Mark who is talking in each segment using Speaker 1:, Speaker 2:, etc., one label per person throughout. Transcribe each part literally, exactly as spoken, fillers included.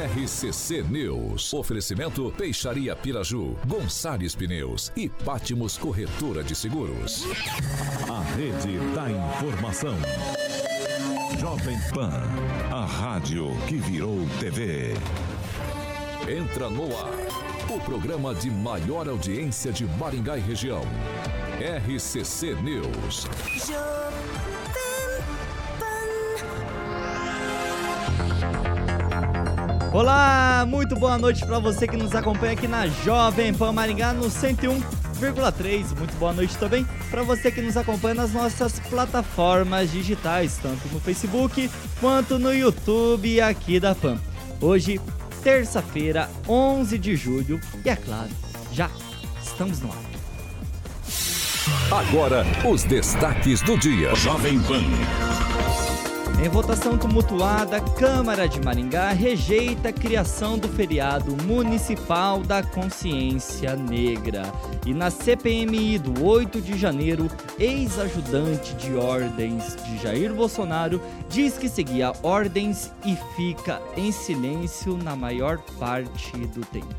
Speaker 1: R C C News. Oferecimento Peixaria Piraju, Gonçalves Pneus e Patmos Corretora de Seguros. A Rede da Informação. Jovem Pan, a rádio que virou T V. Entra no ar, o programa de maior audiência de Maringá e região. R C C News.
Speaker 2: Olá, muito boa noite para você que nos acompanha aqui na Jovem Pan Maringá no cento e um vírgula três. Muito boa noite também para você que nos acompanha nas nossas plataformas digitais, tanto no Facebook quanto no YouTube aqui da Pan. Hoje, terça-feira, onze de julho, e é claro, já estamos no ar.
Speaker 1: Agora, os destaques do dia. Jovem Pan.
Speaker 2: Em votação tumultuada, Câmara de Maringá rejeita a criação do feriado municipal da consciência negra. E na C P M I do oito de janeiro, ex-ajudante de ordens de Jair Bolsonaro diz que seguia ordens e fica em silêncio na maior parte do tempo.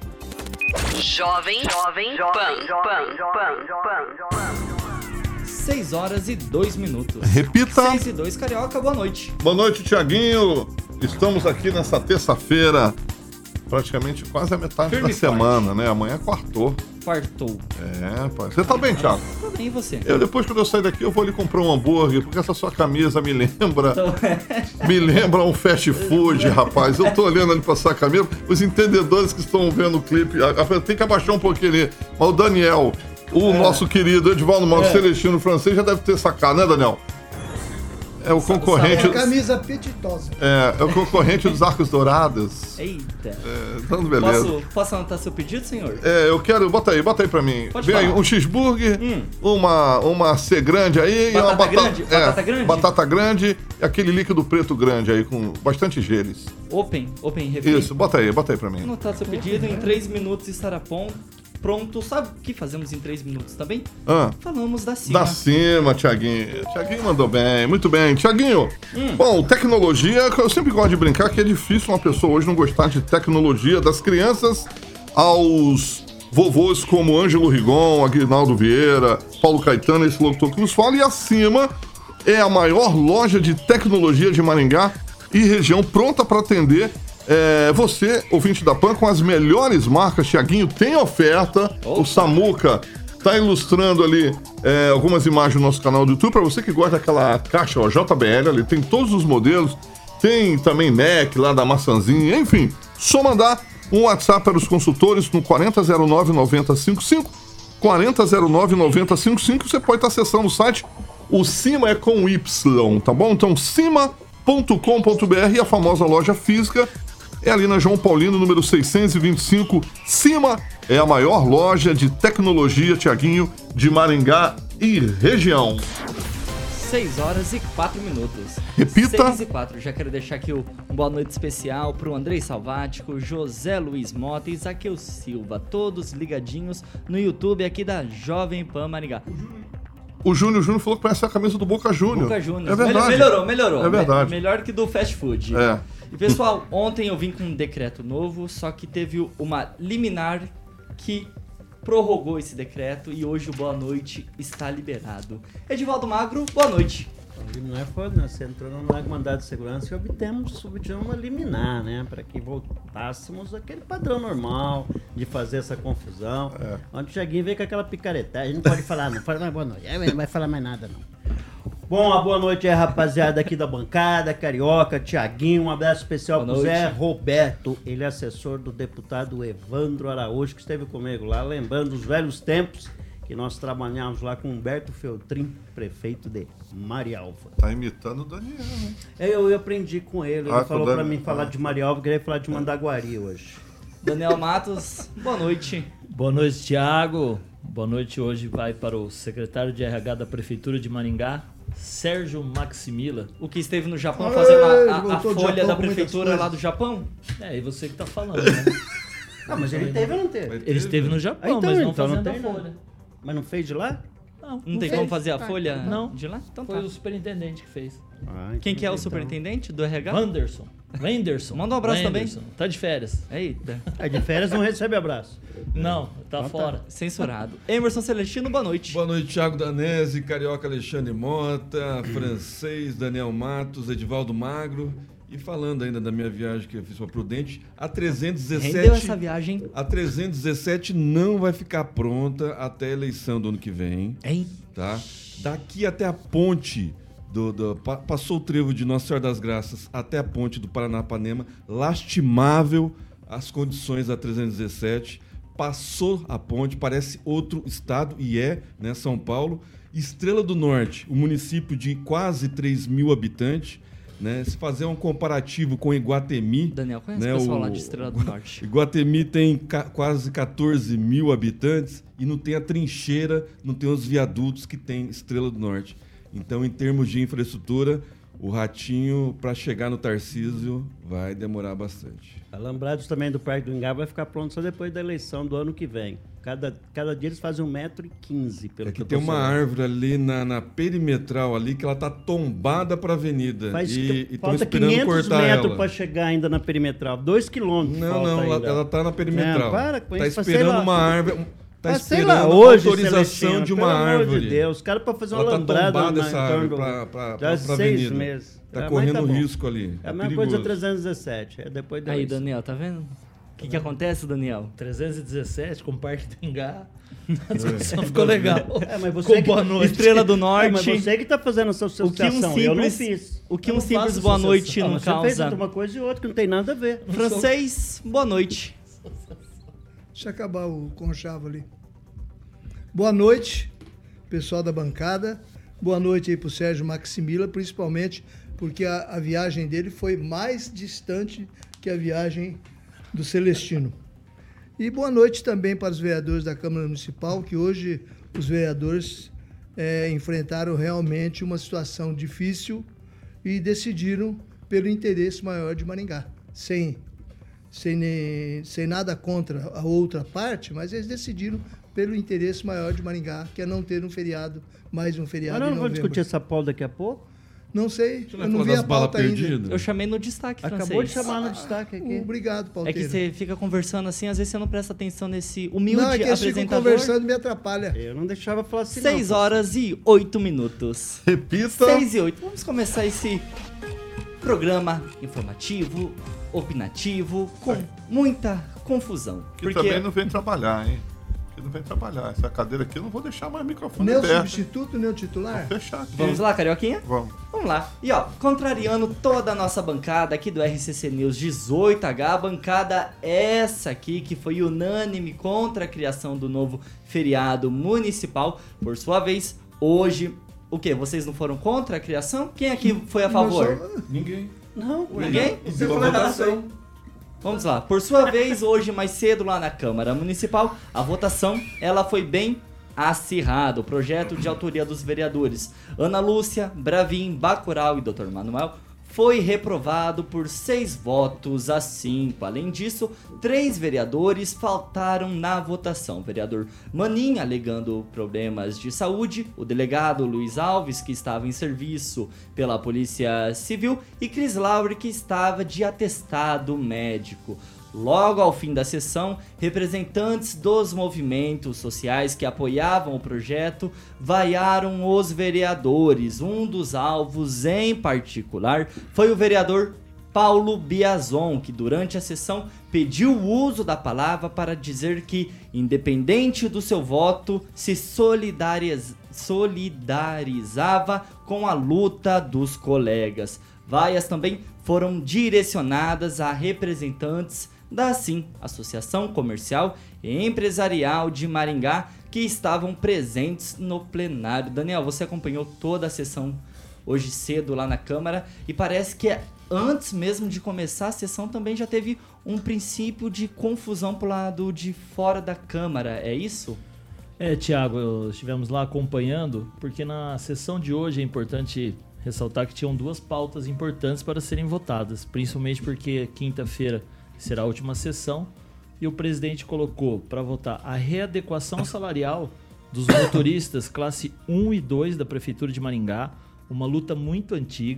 Speaker 3: Jovem, jovem, Pan, Pan, Pan, Pan.
Speaker 2: seis horas e dois minutos.
Speaker 4: Repita.
Speaker 2: seis e dois, Carioca, boa noite.
Speaker 4: Boa noite, Tiaguinho. Estamos aqui nessa terça-feira, praticamente quase a metade
Speaker 2: Firme
Speaker 4: da semana, né? Amanhã quartou.
Speaker 2: Quartou.
Speaker 4: É, pai. Você tá bem, Thiago?
Speaker 2: Tô bem, e você?
Speaker 4: Eu, depois, quando eu sair daqui, eu vou ali comprar um hambúrguer, porque essa sua camisa me lembra...
Speaker 2: Então...
Speaker 4: me lembra um fast food, rapaz. Eu tô olhando ali pra essa camisa. Os entendedores que estão vendo o clipe, tem que abaixar um pouquinho ali. Mas o Daniel... O é. nosso querido Edivaldo Mauro é. Celestino francês já deve ter sacado, né, Daniel? É o concorrente...
Speaker 5: É camisa apetitosa.
Speaker 4: É, é o concorrente dos Arcos Dourados.
Speaker 2: Eita.
Speaker 4: É, dando beleza.
Speaker 2: Posso, posso anotar seu pedido, senhor?
Speaker 4: É, eu quero... Bota aí, bota aí pra mim.
Speaker 2: Pode
Speaker 4: Vem
Speaker 2: falar.
Speaker 4: aí, um cheeseburger,
Speaker 2: hum.
Speaker 4: uma, uma C grande aí...
Speaker 2: Batata
Speaker 4: e uma batata
Speaker 2: grande?
Speaker 4: É,
Speaker 2: batata grande?
Speaker 4: Batata grande e aquele líquido preto grande aí, com bastante geles.
Speaker 2: Open, open refri.
Speaker 4: Isso, bota aí, bota aí pra mim.
Speaker 2: Anotar seu pedido, em três minutos estará pronto. Pronto, sabe o que fazemos em três minutos também?
Speaker 4: Ah,
Speaker 2: Falamos da cima.
Speaker 4: Da cima, Tiaguinho. Tiaguinho mandou bem, muito bem. Tiaguinho, hum. bom, tecnologia, eu sempre gosto de brincar que é difícil uma pessoa hoje não gostar de tecnologia, das crianças aos vovôs como Ângelo Rigon, Aguinaldo Vieira, Paulo Caetano, esse locutor que nos fala, e acima é a maior loja de tecnologia de Maringá e região pronta para atender. É, você, ouvinte da Pan, com as melhores marcas, Tiaguinho, tem oferta. Opa. O Samuca tá ilustrando ali é, algumas imagens no nosso canal do YouTube. Para você que gosta daquela caixa, ó, J B L, ali tem todos os modelos. Tem também Mac lá da maçãzinha, enfim. Só mandar um WhatsApp para os consultores no quatro zero nove, nove zero cinco cinco. quatro zero nove, nove zero cinco cinco. Você pode estar acessando o site. O Cima é com Y, tá bom? Então, cima ponto com ponto b r e a famosa loja física é ali na João Paulino, número seiscentos e vinte e cinco. Cima é a maior loja de tecnologia, Tiaguinho, de Maringá e região.
Speaker 2: seis horas e quatro minutos.
Speaker 4: Repita.
Speaker 2: seis e quatro. Já quero deixar aqui um boa noite especial pro Andrei Salvático, José Luiz Mota e Zaqueu Silva. Todos ligadinhos no YouTube aqui da Jovem Pan Maringá.
Speaker 4: O Júnior, o Júnior falou que parece a camisa do Boca Júnior.
Speaker 2: Boca Júnior.
Speaker 4: É verdade.
Speaker 2: Melhorou, melhorou.
Speaker 4: É verdade.
Speaker 2: Me- melhor que do fast food.
Speaker 4: É.
Speaker 2: E pessoal, ontem eu vim com um decreto novo, só que teve uma liminar que prorrogou esse decreto e hoje o Boa Noite está liberado. Edivaldo Magro, boa noite.
Speaker 6: Não é foi, né? Você entrou no mandado de segurança e obtemos, subtimos uma liminar, né? Para que voltássemos àquele padrão normal de fazer essa confusão. É. Onde o Thiaguinho veio com aquela picaretagem, não pode falar, não fala mais boa noite, não vai falar mais nada, não. Bom, a boa noite é a rapaziada aqui da bancada, Carioca, Thiaguinho, um abraço especial pro Zé Roberto, ele é assessor do deputado Evandro Araújo, que esteve comigo lá, lembrando os velhos tempos que nós trabalhamos lá com Humberto Feltrin, prefeito de Marialva.
Speaker 4: Tá imitando o Daniel, né?
Speaker 6: Eu, eu aprendi com ele, ele
Speaker 4: ah,
Speaker 6: falou
Speaker 4: Dan...
Speaker 6: pra mim falar
Speaker 4: ah.
Speaker 6: de Marialva, queria falar de Mandaguari hoje.
Speaker 2: Daniel Matos, boa noite.
Speaker 7: Boa noite, Thiago. Boa noite hoje vai para o secretário de R H da Prefeitura de Maringá, Sérgio Maximila.
Speaker 2: O que esteve no Japão fazendo a, a, a folha
Speaker 5: Japão,
Speaker 2: da prefeitura lá do Japão?
Speaker 7: É, e você que tá falando, né?
Speaker 6: Ah, mas ele teve ou não teve?
Speaker 7: Ele esteve no Japão,
Speaker 6: Ah, então,
Speaker 7: mas não
Speaker 6: então não
Speaker 7: fazendo
Speaker 6: tem,
Speaker 7: a folha.
Speaker 6: Mas não fez de lá?
Speaker 7: Não,
Speaker 2: Não,
Speaker 7: não
Speaker 2: tem
Speaker 7: fez.
Speaker 2: como fazer a
Speaker 7: Tá,
Speaker 2: folha
Speaker 7: não.
Speaker 2: de lá? Então
Speaker 7: Foi
Speaker 2: tá.
Speaker 7: o superintendente que fez.
Speaker 6: Ah,
Speaker 2: Quem que é o
Speaker 6: então.
Speaker 2: superintendente do R H?
Speaker 7: Wanderson. Wenderson.
Speaker 2: Manda um abraço
Speaker 7: Wenderson.
Speaker 2: também.
Speaker 7: Tá de férias.
Speaker 2: Eita.
Speaker 6: É de férias, não recebe abraço.
Speaker 7: Não, tá
Speaker 6: Então tá.
Speaker 7: fora.
Speaker 2: Censurado. Emerson Celestino, boa noite.
Speaker 5: Boa noite, Thiago Danese, Carioca Alexandre Mota, Francês, Daniel Matos, Edivaldo Magro. E falando ainda da minha viagem que eu fiz para Prudente, a trezentos e dezessete...
Speaker 2: Rendeu essa viagem.
Speaker 5: A trezentos e dezessete não vai ficar pronta até a eleição do ano que vem.
Speaker 2: Hein?
Speaker 5: Tá? Daqui até a ponte... Do, do, pa, passou o trevo de Nossa Senhora das Graças até a ponte do Paranapanema. Lastimável as condições da trezentos e dezessete. Passou a ponte, parece outro estado, e é, né, São Paulo. Estrela do Norte, um município de quase três mil habitantes. Né, se fazer um comparativo com Iguatemi...
Speaker 2: Daniel, conhece
Speaker 5: né,
Speaker 2: o pessoal
Speaker 5: o,
Speaker 2: lá de Estrela do Norte?
Speaker 5: Iguatemi tem ca, quase quatorze mil habitantes e não tem a trincheira, não tem os viadutos que tem Estrela do Norte. Então, em termos de infraestrutura, o Ratinho, para chegar no Tarcísio, vai demorar bastante.
Speaker 6: Alambrados também do Parque do Ingá vai ficar pronto só depois da eleição do ano que vem. Cada, cada dia eles fazem um metro e quinze, pelo
Speaker 5: É
Speaker 6: que
Speaker 5: que
Speaker 6: eu
Speaker 5: tem
Speaker 6: tô
Speaker 5: uma
Speaker 6: sabendo.
Speaker 5: árvore ali na, na perimetral ali que ela tá tombada para a avenida.
Speaker 6: Faz,
Speaker 5: e estão
Speaker 6: falta
Speaker 5: esperando
Speaker 6: quinhentos
Speaker 5: cortar
Speaker 6: metros
Speaker 5: ela.
Speaker 6: para chegar ainda na perimetral. Dois quilômetros
Speaker 5: Não,
Speaker 6: falta
Speaker 5: não, ela,
Speaker 6: ainda.
Speaker 5: ela tá na perimetral.
Speaker 6: Não, para com
Speaker 5: tá
Speaker 6: isso,
Speaker 5: esperando
Speaker 6: passei lá.
Speaker 5: uma árvore... Tá
Speaker 6: Passei
Speaker 5: esperando
Speaker 6: lá hoje,
Speaker 5: autorização
Speaker 6: Celestino,
Speaker 5: de uma
Speaker 6: pelo
Speaker 5: árvore.
Speaker 6: amor de Deus, os caras para fazer uma
Speaker 5: Ela tá
Speaker 6: alambrada
Speaker 5: tombada
Speaker 6: na,
Speaker 5: essa
Speaker 6: em
Speaker 5: árvore
Speaker 6: torno
Speaker 5: pra,
Speaker 6: do-
Speaker 5: pra,
Speaker 6: já
Speaker 5: pra,
Speaker 6: há
Speaker 5: pra
Speaker 6: seis
Speaker 5: avenida.
Speaker 6: meses.
Speaker 5: Tá
Speaker 6: É, mas
Speaker 5: correndo
Speaker 6: tá bom.
Speaker 5: risco ali.
Speaker 6: É a
Speaker 5: É
Speaker 6: mesma coisa
Speaker 5: perigoso.
Speaker 6: do trezentos e dezessete. É depois da
Speaker 2: Aí,
Speaker 6: eleição.
Speaker 2: Daniel, tá vendo? O que que acontece, Daniel?
Speaker 7: trezentos e dezessete com o Parque do Ingá. A discussão ficou legal.
Speaker 6: É, mas você
Speaker 7: Com
Speaker 6: que-
Speaker 7: boa noite.
Speaker 2: Estrela do
Speaker 6: É,
Speaker 2: Norte.
Speaker 6: mas você que tá fazendo essa
Speaker 2: O que um
Speaker 6: associação, eu não
Speaker 2: simples,
Speaker 6: fiz.
Speaker 2: o que
Speaker 7: Eu
Speaker 2: um
Speaker 7: não
Speaker 2: simples
Speaker 7: faço
Speaker 2: boa noite
Speaker 7: associação.
Speaker 2: não
Speaker 6: Você fez
Speaker 2: causa.
Speaker 6: uma coisa e outra que não tem nada a ver.
Speaker 2: Francês, boa noite.
Speaker 8: Deixa eu acabar o conchavo ali. Boa noite, pessoal da bancada. Boa noite aí pro Sérgio Maximila, principalmente porque a, a viagem dele foi mais distante que a viagem do Celestino. E boa noite também para os vereadores da Câmara Municipal, que hoje os vereadores eh, enfrentaram realmente uma situação difícil e decidiram pelo interesse maior de Maringá, sem sem, nem- sem nada contra a outra parte, mas eles decidiram pelo interesse maior de Maringá, que é não ter um feriado, mais um feriado
Speaker 6: Mas nós
Speaker 8: em
Speaker 6: não vamos
Speaker 8: novembro.
Speaker 6: discutir essa pauta daqui a pouco?
Speaker 8: Não sei,
Speaker 5: Você
Speaker 8: eu
Speaker 5: vai
Speaker 8: não
Speaker 5: falar
Speaker 8: vi a
Speaker 5: das balas
Speaker 8: pauta ainda.
Speaker 5: perdidas?
Speaker 2: Eu chamei no destaque, francês.
Speaker 6: Acabou de chamar no destaque aqui.
Speaker 8: Obrigado,
Speaker 2: É
Speaker 8: Pauteiro.
Speaker 2: que você fica conversando assim, às vezes você não presta atenção nesse humilde
Speaker 8: Não, é que eles ficam
Speaker 2: apresentador.
Speaker 8: conversando e me atrapalha.
Speaker 6: Eu não deixava falar assim, não.
Speaker 2: Seis horas e oito minutos.
Speaker 4: Repita.
Speaker 2: Seis e oito. Vamos começar esse programa informativo, opinativo, com muita confusão.
Speaker 4: Que
Speaker 2: Porque
Speaker 4: também não vem trabalhar, hein? Que não vem trabalhar. Essa cadeira aqui eu não vou deixar mais o microfone
Speaker 8: Nem o
Speaker 4: aberto.
Speaker 8: substituto, nem o titular?
Speaker 4: Vou fechar aqui.
Speaker 2: Vamos lá, Carioquinha?
Speaker 4: Vamos.
Speaker 2: Vamos lá. E ó, contrariando toda a nossa bancada aqui do R C C News dezoito H, a bancada essa aqui que foi unânime contra a criação do novo feriado municipal. Por sua vez, hoje, o quê? Vocês não foram contra a criação? Quem aqui foi a favor?
Speaker 8: Nós só-
Speaker 5: Ninguém.
Speaker 6: Não,
Speaker 2: Ninguém?
Speaker 8: Você
Speaker 5: Pela
Speaker 8: foi lá.
Speaker 5: votação.
Speaker 2: Vamos lá. Por sua vez, hoje mais cedo lá na Câmara Municipal, a votação ela foi bem acirrada. O projeto de autoria dos vereadores Ana Lúcia, Bravin, Bacurau e doutor Manuel foi reprovado por seis votos a cinco. Além disso, três vereadores faltaram na votação. O vereador Manin, alegando problemas de saúde, o delegado Luiz Alves, que estava em serviço pela Polícia Civil, e Cris Laure, que estava de atestado médico. Logo ao fim da sessão, representantes dos movimentos sociais que apoiavam o projeto vaiaram os vereadores. Um dos alvos em particular foi o vereador Paulo Biazon, que durante a sessão pediu o uso da palavra para dizer que, independente do seu voto, se solidariz- solidarizava com a luta dos colegas. Vaias também foram direcionadas a representantes da Assim, Associação Comercial e Empresarial de Maringá, que estavam presentes no plenário. Daniel, você acompanhou toda a sessão hoje cedo lá na Câmara e parece que antes mesmo de começar a sessão também já teve um princípio de confusão pro lado de fora da Câmara, é isso?
Speaker 7: É, Thiago, estivemos lá acompanhando, porque na sessão de hoje é importante ressaltar que tinham duas pautas importantes para serem votadas, principalmente porque quinta-feira será a última sessão e o presidente colocou para votar a readequação salarial dos motoristas classe um e dois da Prefeitura de Maringá, uma luta muito antiga,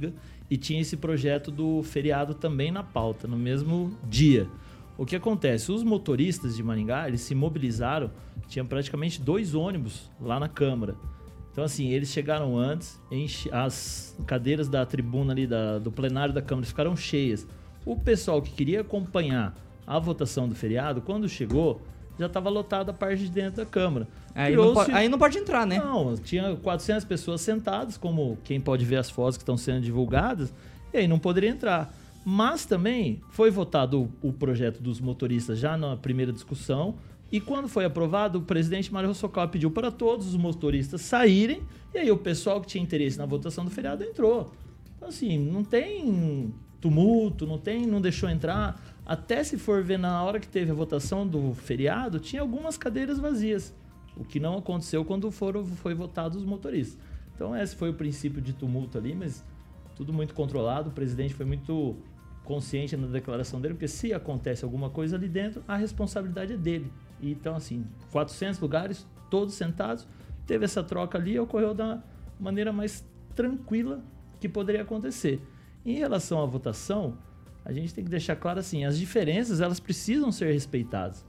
Speaker 7: e tinha esse projeto do feriado também na pauta, no mesmo dia. O que acontece? Os motoristas de Maringá, eles se mobilizaram, tinha praticamente dois ônibus lá na Câmara. Então, assim, eles chegaram antes, enche, as cadeiras da tribuna ali, da, do plenário da Câmara ficaram cheias. O pessoal que queria acompanhar a votação do feriado, quando chegou, já estava lotada a parte de dentro da Câmara.
Speaker 2: Aí não, pode, aí não pode entrar, né?
Speaker 7: Não, tinha quatrocentas pessoas sentadas, como quem pode ver as fotos que estão sendo divulgadas, e aí não poderia entrar. Mas também foi votado o, o projeto dos motoristas já na primeira discussão, e quando foi aprovado, o presidente Mário Rossocal pediu para todos os motoristas saírem, e aí o pessoal que tinha interesse na votação do feriado entrou. Então, assim, não tem tumulto, não tem, não deixou entrar. Até se for ver na hora que teve a votação do feriado, tinha algumas cadeiras vazias, o que não aconteceu quando foram, foi votado os motoristas. Então esse foi o princípio de tumulto ali, mas tudo muito controlado. O presidente foi muito consciente na declaração dele, porque se acontece alguma coisa ali dentro, a responsabilidade é dele. E, então, assim, quatrocentos lugares, todos sentados, teve essa troca ali e ocorreu da maneira mais tranquila que poderia acontecer. Em relação à votação, a gente tem que deixar claro assim, as diferenças, elas precisam ser respeitadas.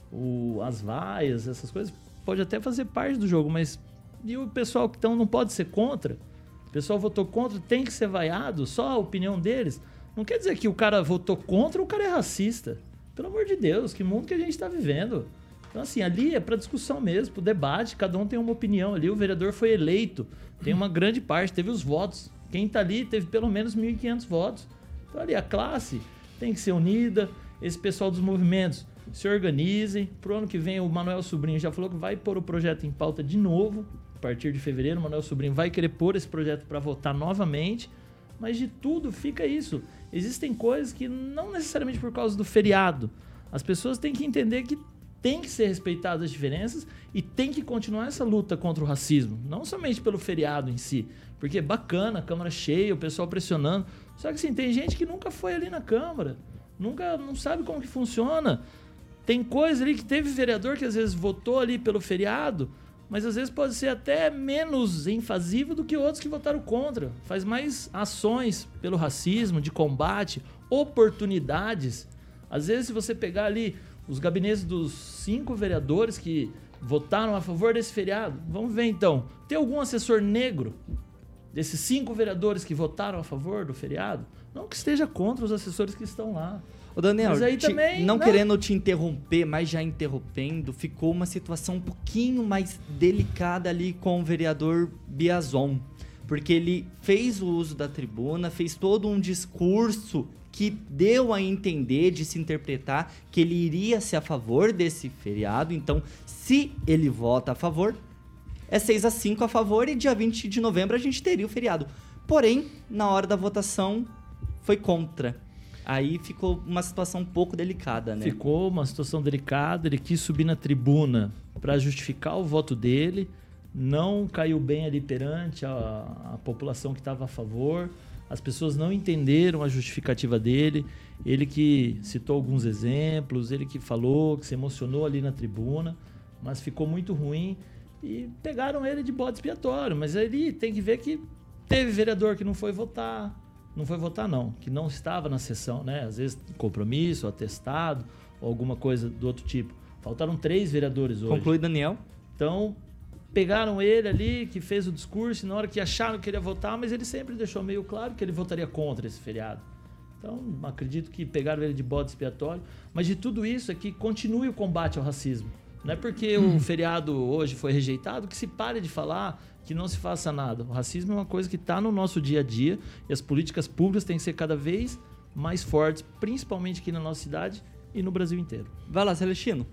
Speaker 7: O, as vaias, essas coisas, pode até fazer parte do jogo, mas e o pessoal que então não pode ser contra? O pessoal votou contra, tem que ser vaiado, só a opinião deles. Não quer dizer que o cara votou contra, o cara é racista. Pelo amor de Deus, que mundo que a gente está vivendo. Então, assim, ali é para discussão mesmo, para o debate, cada um tem uma opinião ali. O vereador foi eleito, tem uma grande parte, teve os votos. Quem está ali teve pelo menos mil e quinhentos votos. Então, ali, a classe tem que ser unida. Esse pessoal dos movimentos se organizem. Pro ano que vem, o Manuel Sobrinho já falou que vai pôr o projeto em pauta de novo. A partir de fevereiro, o Manuel Sobrinho vai querer pôr esse projeto para votar novamente. Mas de tudo fica isso. Existem coisas que não necessariamente por causa do feriado. As pessoas têm que entender que tem que ser respeitadas as diferenças e tem que continuar essa luta contra o racismo. Não somente pelo feriado em si. Porque é bacana, a Câmara cheia, o pessoal pressionando. Só que assim, tem gente que nunca foi ali na Câmara. Nunca, não sabe como que funciona. Tem coisa ali que teve vereador que às vezes votou ali pelo feriado, mas às vezes pode ser até menos enfasivo do que outros que votaram contra. Faz mais ações pelo racismo, de combate, oportunidades. Às vezes, se você pegar ali os gabinetes dos cinco vereadores que votaram a favor desse feriado, vamos ver então, tem algum assessor negro desses cinco vereadores que votaram a favor do feriado? Não que esteja contra os assessores que estão lá.
Speaker 2: Ô Daniel,
Speaker 7: mas aí
Speaker 2: te,
Speaker 7: também,
Speaker 2: não
Speaker 7: né?
Speaker 2: querendo te interromper, mas já interrompendo, ficou uma situação um pouquinho mais delicada ali com o vereador Biazon, porque ele fez o uso da tribuna, fez todo um discurso que deu a entender, de se interpretar, que ele iria ser a favor desse feriado. Então, se ele vota a favor, é seis a cinco a favor e dia vinte de novembro a gente teria o feriado. Porém, na hora da votação, foi contra. Aí ficou uma situação um pouco delicada, né?
Speaker 7: Ficou uma situação delicada, ele quis subir na tribuna para justificar o voto dele, não caiu bem ali perante a, a população que estava a favor, as pessoas não entenderam a justificativa dele, ele que citou alguns exemplos, ele que falou, que se emocionou ali na tribuna, mas ficou muito ruim e pegaram ele de bode expiatório. Mas ele tem que ver que teve vereador que não foi votar, não foi votar não, que não estava na sessão, né? Às vezes compromisso, atestado, ou alguma coisa do outro tipo. Faltaram três vereadores hoje.
Speaker 2: Conclui, Daniel.
Speaker 7: Então, pegaram ele ali, que fez o discurso, e na hora que acharam que ele ia votar, mas ele sempre deixou meio claro que ele votaria contra esse feriado. Então, acredito que pegaram ele de bode expiatório. Mas de tudo isso é que continue o combate ao racismo. Não é porque hum. o feriado hoje foi rejeitado que se pare de falar, que não se faça nada. O racismo é uma coisa que está no nosso dia a dia e as políticas públicas têm que ser cada vez mais fortes, principalmente aqui na nossa cidade e no Brasil inteiro.
Speaker 2: Vai lá, Celestino.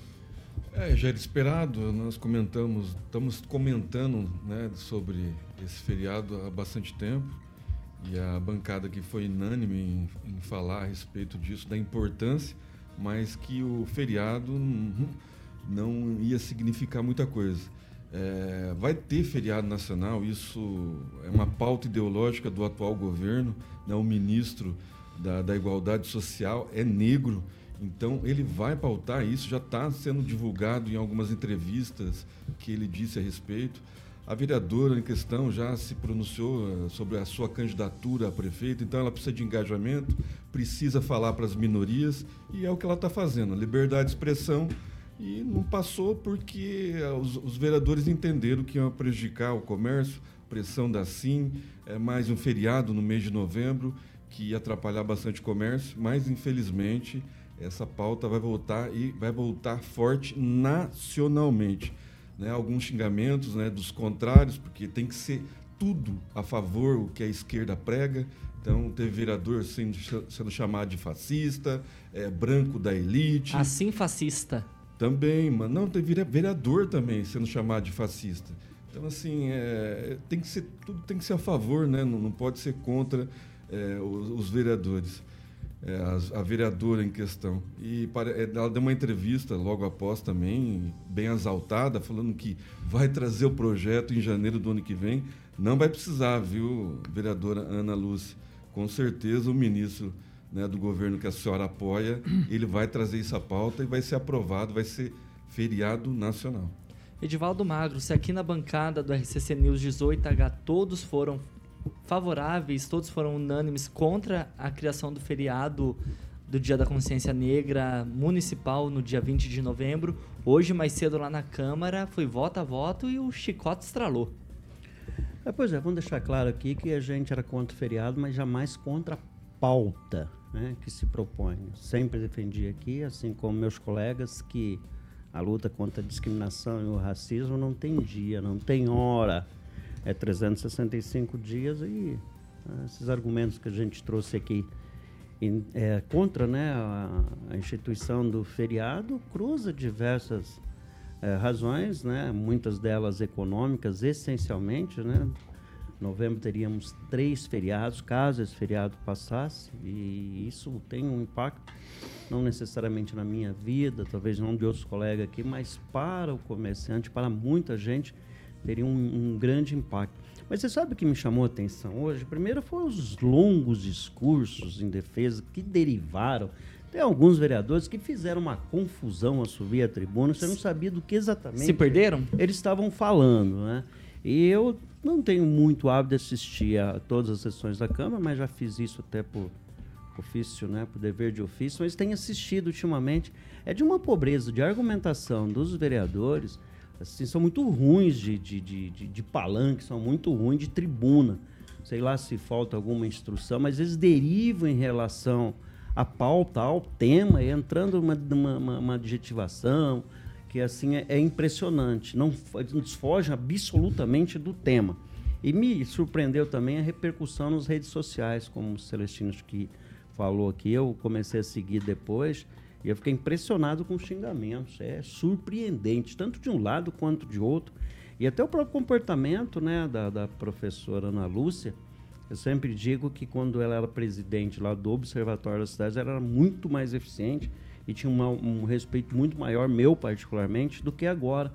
Speaker 5: É, já era esperado, nós comentamos, estamos comentando, né, sobre esse feriado há bastante tempo e a bancada que foi unânime em, em falar a respeito disso, da importância, mas que o feriado não, não ia significar muita coisa. É, vai ter feriado nacional, isso é uma pauta ideológica do atual governo, né? O ministro da, da Igualdade Social é negro, então ele vai pautar isso, já está sendo divulgado em algumas entrevistas que ele disse a respeito. A vereadora em questão já se pronunciou sobre a sua candidatura a prefeito, então ela precisa de engajamento, precisa falar para as minorias, e é o que ela está fazendo, liberdade de expressão, e não passou porque os, os vereadores entenderam que iam prejudicar o comércio, pressão da Sim, é mais um feriado no mês de novembro, que ia atrapalhar bastante o comércio, mas infelizmente essa pauta vai voltar e vai voltar forte nacionalmente. Né, alguns xingamentos, né, dos contrários, porque tem que ser tudo a favor o que a esquerda prega. Então, teve vereador sendo, sendo chamado de fascista, é, branco da elite.
Speaker 2: Assim fascista.
Speaker 5: Também, mas não, teve vereador também sendo chamado de fascista. Então, assim, é, tem que ser, tudo tem que ser a favor, né, não, não pode ser contra é, os, os vereadores. É, a, a vereadora em questão. E para, ela deu uma entrevista logo após também, bem exaltada, falando que vai trazer o projeto em janeiro do ano que vem. Não vai precisar, viu, vereadora Ana Lúcia? Com certeza o ministro, né, do governo que a senhora apoia, ele vai trazer essa pauta e vai ser aprovado, vai ser feriado nacional.
Speaker 2: Edivaldo Magro, se aqui na bancada do R C C News dezoito H todos foram favoráveis, todos foram unânimes contra a criação do feriado do Dia da Consciência Negra municipal no dia vinte de novembro. Hoje, mais cedo lá na Câmara, foi voto a voto e o chicote estralou.
Speaker 6: É, pois é, vamos deixar claro aqui que a gente era contra o feriado, mas jamais contra a pauta, né, que se propõe. Sempre defendi aqui, assim como meus colegas, que a luta contra a discriminação e o racismo não tem dia, não tem hora. É trezentos e sessenta e cinco dias e ah, esses argumentos que a gente trouxe aqui em, é, contra, né, a, a instituição do feriado cruza diversas é, razões, né, muitas delas econômicas, essencialmente. Né, em novembro teríamos três feriados, caso esse feriado passasse, e isso tem um impacto, não necessariamente na minha vida, talvez não de outros colegas aqui, mas para o comerciante, para muita gente, teria um, um grande impacto. Mas você sabe o que me chamou a atenção hoje? Primeiro foram os longos discursos em defesa que derivaram. Tem alguns vereadores que fizeram uma confusão a subir a tribuna, você não sabia do que exatamente...
Speaker 2: Se perderam?
Speaker 6: Eles estavam falando, né? E eu não tenho muito hábito de assistir a todas as sessões da Câmara, mas já fiz isso até por ofício, né? Por dever de ofício, mas tenho assistido ultimamente. É de uma pobreza de argumentação dos vereadores... Assim, são muito ruins de, de, de, de, de palanque, são muito ruins de tribuna. Sei lá se falta alguma instrução, mas eles derivam em relação à pauta, ao tema, entrando numa, numa uma adjetivação que assim é, é impressionante. Não desfoge absolutamente do tema. E me surpreendeu também a repercussão nas redes sociais, como o Celestino que falou aqui. Eu comecei a seguir depois... E eu fiquei impressionado com os xingamentos. É surpreendente, tanto de um lado quanto de outro. E até o próprio comportamento, né, da, da professora Ana Lúcia. Eu sempre digo que quando ela era presidente lá do Observatório das Cidades, ela era muito mais eficiente e tinha uma, um respeito muito maior, meu particularmente, do que agora.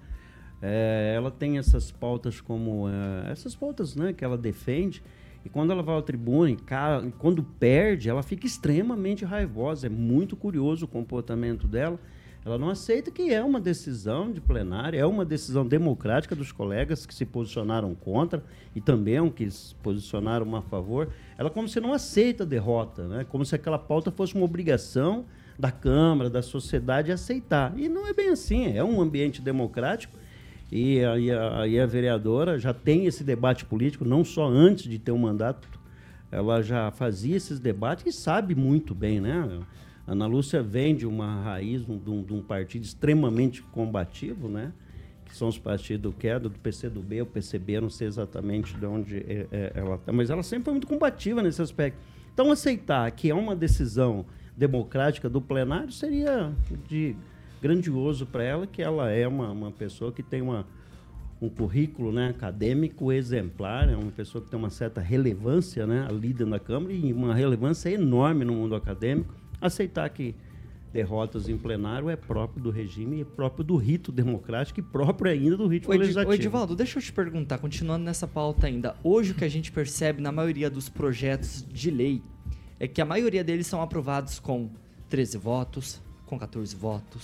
Speaker 6: É, ela tem essas pautas como... É, essas pautas, né, que ela defende. E quando ela vai à tribuna, e cara, quando perde, ela fica extremamente raivosa. É muito curioso o comportamento dela. Ela não aceita que é uma decisão de plenária, é uma decisão democrática dos colegas que se posicionaram contra e também que se posicionaram a favor. Ela como se não aceita a derrota, né? Como se aquela pauta fosse uma obrigação da Câmara, da sociedade aceitar. E não é bem assim, é um ambiente democrático. E a, e, a, e a vereadora já tem esse debate político, não só antes de ter um mandato, ela já fazia esses debates e sabe muito bem, né? A Ana Lúcia vem de uma raiz, um, de, um, de um partido extremamente combativo, né? Que são os partidos do Queda, do P C do B, o P C B, não sei exatamente de onde é, é, ela está, mas ela sempre foi muito combativa nesse aspecto. Então, aceitar que é uma decisão democrática do plenário seria de... grandioso para ela, que ela é uma, uma pessoa que tem uma, um currículo, né, acadêmico exemplar, é uma pessoa que tem uma certa relevância, né, ali dentro da Câmara e uma relevância enorme no mundo acadêmico. Aceitar que derrotas em plenário é próprio do regime, é próprio do rito democrático e próprio ainda do rito legislativo.
Speaker 2: Ô Edivaldo, deixa eu te perguntar, continuando nessa pauta ainda, hoje o que a gente percebe na maioria dos projetos de lei é que a maioria deles são aprovados com treze votos, com quatorze votos,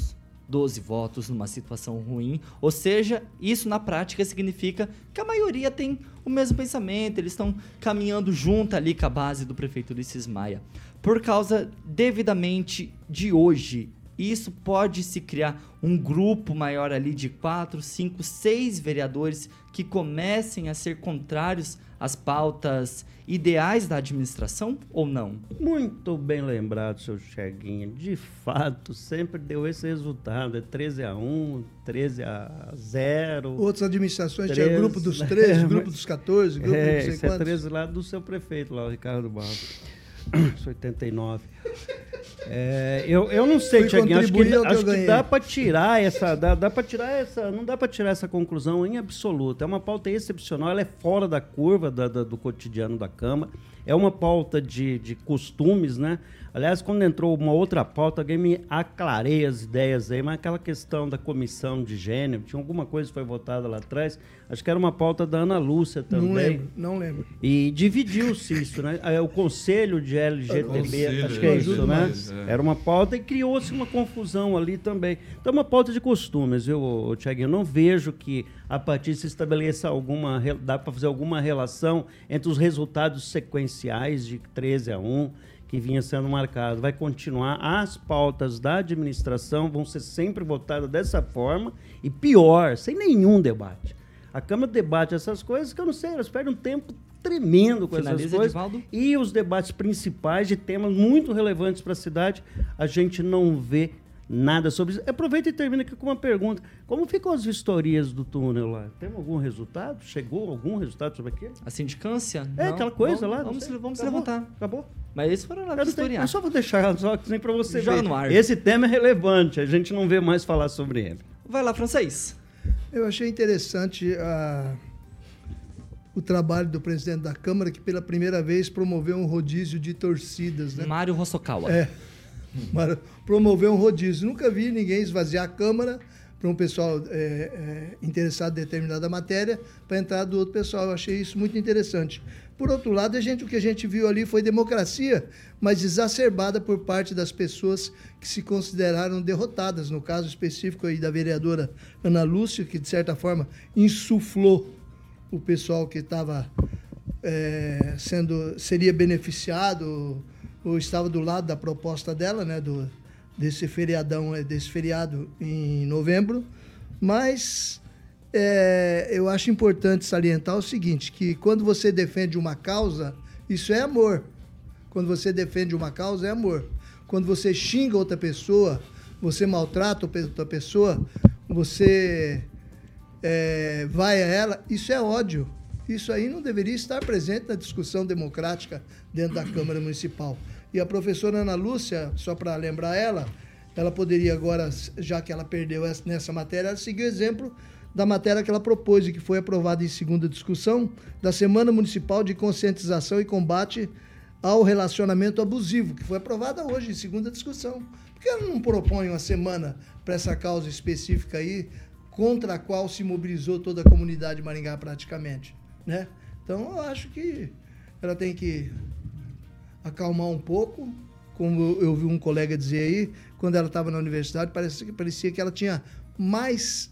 Speaker 2: doze votos numa situação ruim. Ou seja, isso na prática significa que a maioria tem o mesmo pensamento, eles estão caminhando junto ali com a base do prefeito Ulisses Maia. Por causa devidamente de hoje, isso pode se criar um grupo maior ali de quatro, cinco, seis vereadores que comecem a ser contrários às pautas ideais da administração ou não?
Speaker 6: Muito bem lembrado, seu Cheguinho. De fato, sempre deu esse resultado. É treze a um, treze a zero.
Speaker 8: Outras administrações
Speaker 6: treze,
Speaker 8: tinha grupo dos treze,
Speaker 6: é,
Speaker 8: grupo dos quatorze, grupo
Speaker 6: é,
Speaker 8: não sei
Speaker 6: esse é
Speaker 8: quantos.
Speaker 6: treze lá do seu prefeito, lá, o Ricardo Barros. oitenta e nove. É, eu, eu não sei,
Speaker 8: Fui
Speaker 6: Tiaguinho, acho que,
Speaker 8: contribuir ao que
Speaker 6: acho
Speaker 8: eu
Speaker 6: que
Speaker 8: ganhei.
Speaker 6: dá para tirar essa, dá, dá para tirar essa, não dá para tirar essa conclusão em absoluto. É uma pauta excepcional, ela é fora da curva da, da, do cotidiano da Câmara. É uma pauta de, de costumes, né? Aliás, quando entrou uma outra pauta, alguém me aclareia as ideias aí, mas aquela questão da comissão de gênero, tinha alguma coisa que foi votada lá atrás, acho que era uma pauta da Ana Lúcia também.
Speaker 8: Não lembro, não lembro.
Speaker 6: E dividiu-se isso, né? É, o Conselho de L G T B,
Speaker 5: Conselho,
Speaker 6: acho que é isso,
Speaker 8: ajuda
Speaker 6: né?
Speaker 5: mais, é.
Speaker 6: Era uma pauta e criou-se uma confusão ali também. Então, uma pauta de costumes, viu, Tiaguinho? Eu não vejo que a partir se estabeleça alguma, dá para fazer alguma relação entre os resultados sequenciais de treze a um, que vinha sendo marcado. Vai continuar, as pautas da administração vão ser sempre votadas dessa forma e pior, sem nenhum debate. A Câmara debate essas coisas que eu não sei, elas perdem um tempo tremendo com
Speaker 2: Finaliza,
Speaker 6: essas coisas.
Speaker 2: Edivaldo.
Speaker 6: E os debates principais de temas muito relevantes para a cidade, a gente não vê nada sobre isso. Aproveita e termina aqui com uma pergunta. Como ficam as vistorias do túnel lá? Tem algum resultado? Chegou algum resultado sobre aquilo?
Speaker 2: A sindicância?
Speaker 6: É,
Speaker 2: Não?
Speaker 6: aquela coisa
Speaker 2: Vamos-
Speaker 6: lá. não
Speaker 2: Vamos,
Speaker 6: sei.
Speaker 2: vamos
Speaker 6: Acabou?
Speaker 2: levantar.
Speaker 6: Acabou?
Speaker 2: Mas eles foram lá
Speaker 6: Eu não tenho-
Speaker 2: vistoriar.
Speaker 6: eu só vou deixar, só assim para você
Speaker 2: Joga
Speaker 6: ver.
Speaker 2: no ar.
Speaker 6: Esse tema é relevante, a gente não vê mais falar sobre ele.
Speaker 2: Vai lá, Francês.
Speaker 8: Eu achei interessante a- o trabalho do presidente da Câmara, que pela primeira vez promoveu um rodízio de torcidas, né?
Speaker 2: Mário Hosokawa.
Speaker 8: É, Mas promoveu um rodízio. Nunca vi ninguém esvaziar a Câmara para um pessoal é, é, interessado em determinada matéria para entrar do outro pessoal. Eu achei isso muito interessante. Por outro lado, a gente, o que a gente viu ali foi democracia, mas exacerbada por parte das pessoas que se consideraram derrotadas. No caso específico aí da vereadora Ana Lúcia, que de certa forma insuflou o pessoal que estava é, sendo seria beneficiado ou estava do lado da proposta dela, né, do, desse feriadão, desse feriado em novembro. Mas é, eu acho importante salientar o seguinte, que quando você defende uma causa, isso é amor. Quando você defende uma causa, é amor. Quando você xinga outra pessoa, você maltrata outra pessoa, você é, vai a ela, isso é ódio. Isso aí não deveria estar presente na discussão democrática dentro da Câmara Municipal. E a professora Ana Lúcia, só para lembrar ela, ela poderia agora, já que ela perdeu essa, nessa matéria, ela seguir o exemplo da matéria que ela propôs e que foi aprovada em segunda discussão, da Semana Municipal de Conscientização e Combate ao Relacionamento Abusivo, que foi aprovada hoje em segunda discussão. Por que ela não propõe uma semana para essa causa específica aí, contra a qual se mobilizou toda a comunidade de Maringá praticamente, né? Então, eu acho que ela tem que acalmar um pouco, como eu vi um colega dizer aí, quando ela estava na universidade, parecia, parecia que ela tinha mais...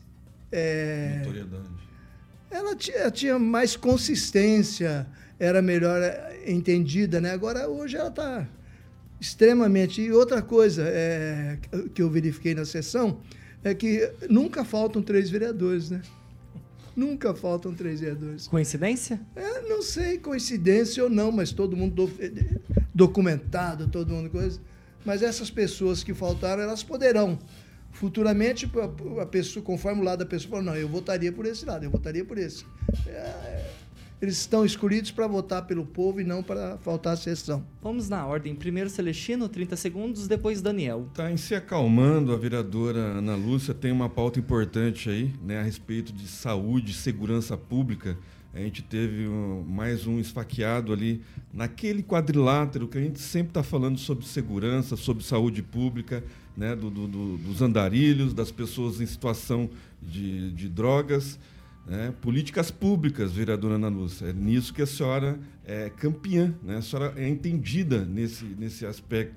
Speaker 8: É,
Speaker 5: Notoriedade.
Speaker 8: ela tinha, tinha mais consistência, era melhor entendida, né? Agora, hoje ela está extremamente... E outra coisa é, que eu verifiquei na sessão é que nunca faltam três vereadores, né? Nunca faltam três vereadores.
Speaker 2: Coincidência?
Speaker 8: É, não sei, coincidência ou não, mas todo mundo do, documentado, todo mundo coisa. Mas essas pessoas que faltaram, elas poderão futuramente, a, a pessoa, conforme o lado da pessoa, falar, não, eu votaria por esse lado, eu votaria por esse. É, eles estão escolhidos para votar pelo povo e não para faltar a sessão.
Speaker 2: Vamos na ordem. Primeiro Celestino, trinta segundos, depois Daniel.
Speaker 5: Tá em se acalmando, a vereadora Ana Lúcia tem uma pauta importante aí, né, a respeito de saúde e segurança pública. A gente teve um, mais um esfaqueado ali naquele quadrilátero que a gente sempre está falando sobre segurança, sobre saúde pública, né, do, do, do, dos andarilhos, das pessoas em situação de, de drogas, né, políticas públicas, vereadora Ana Lúcia. É nisso que a senhora é campeã, né, a senhora é entendida nesse, nesse aspecto,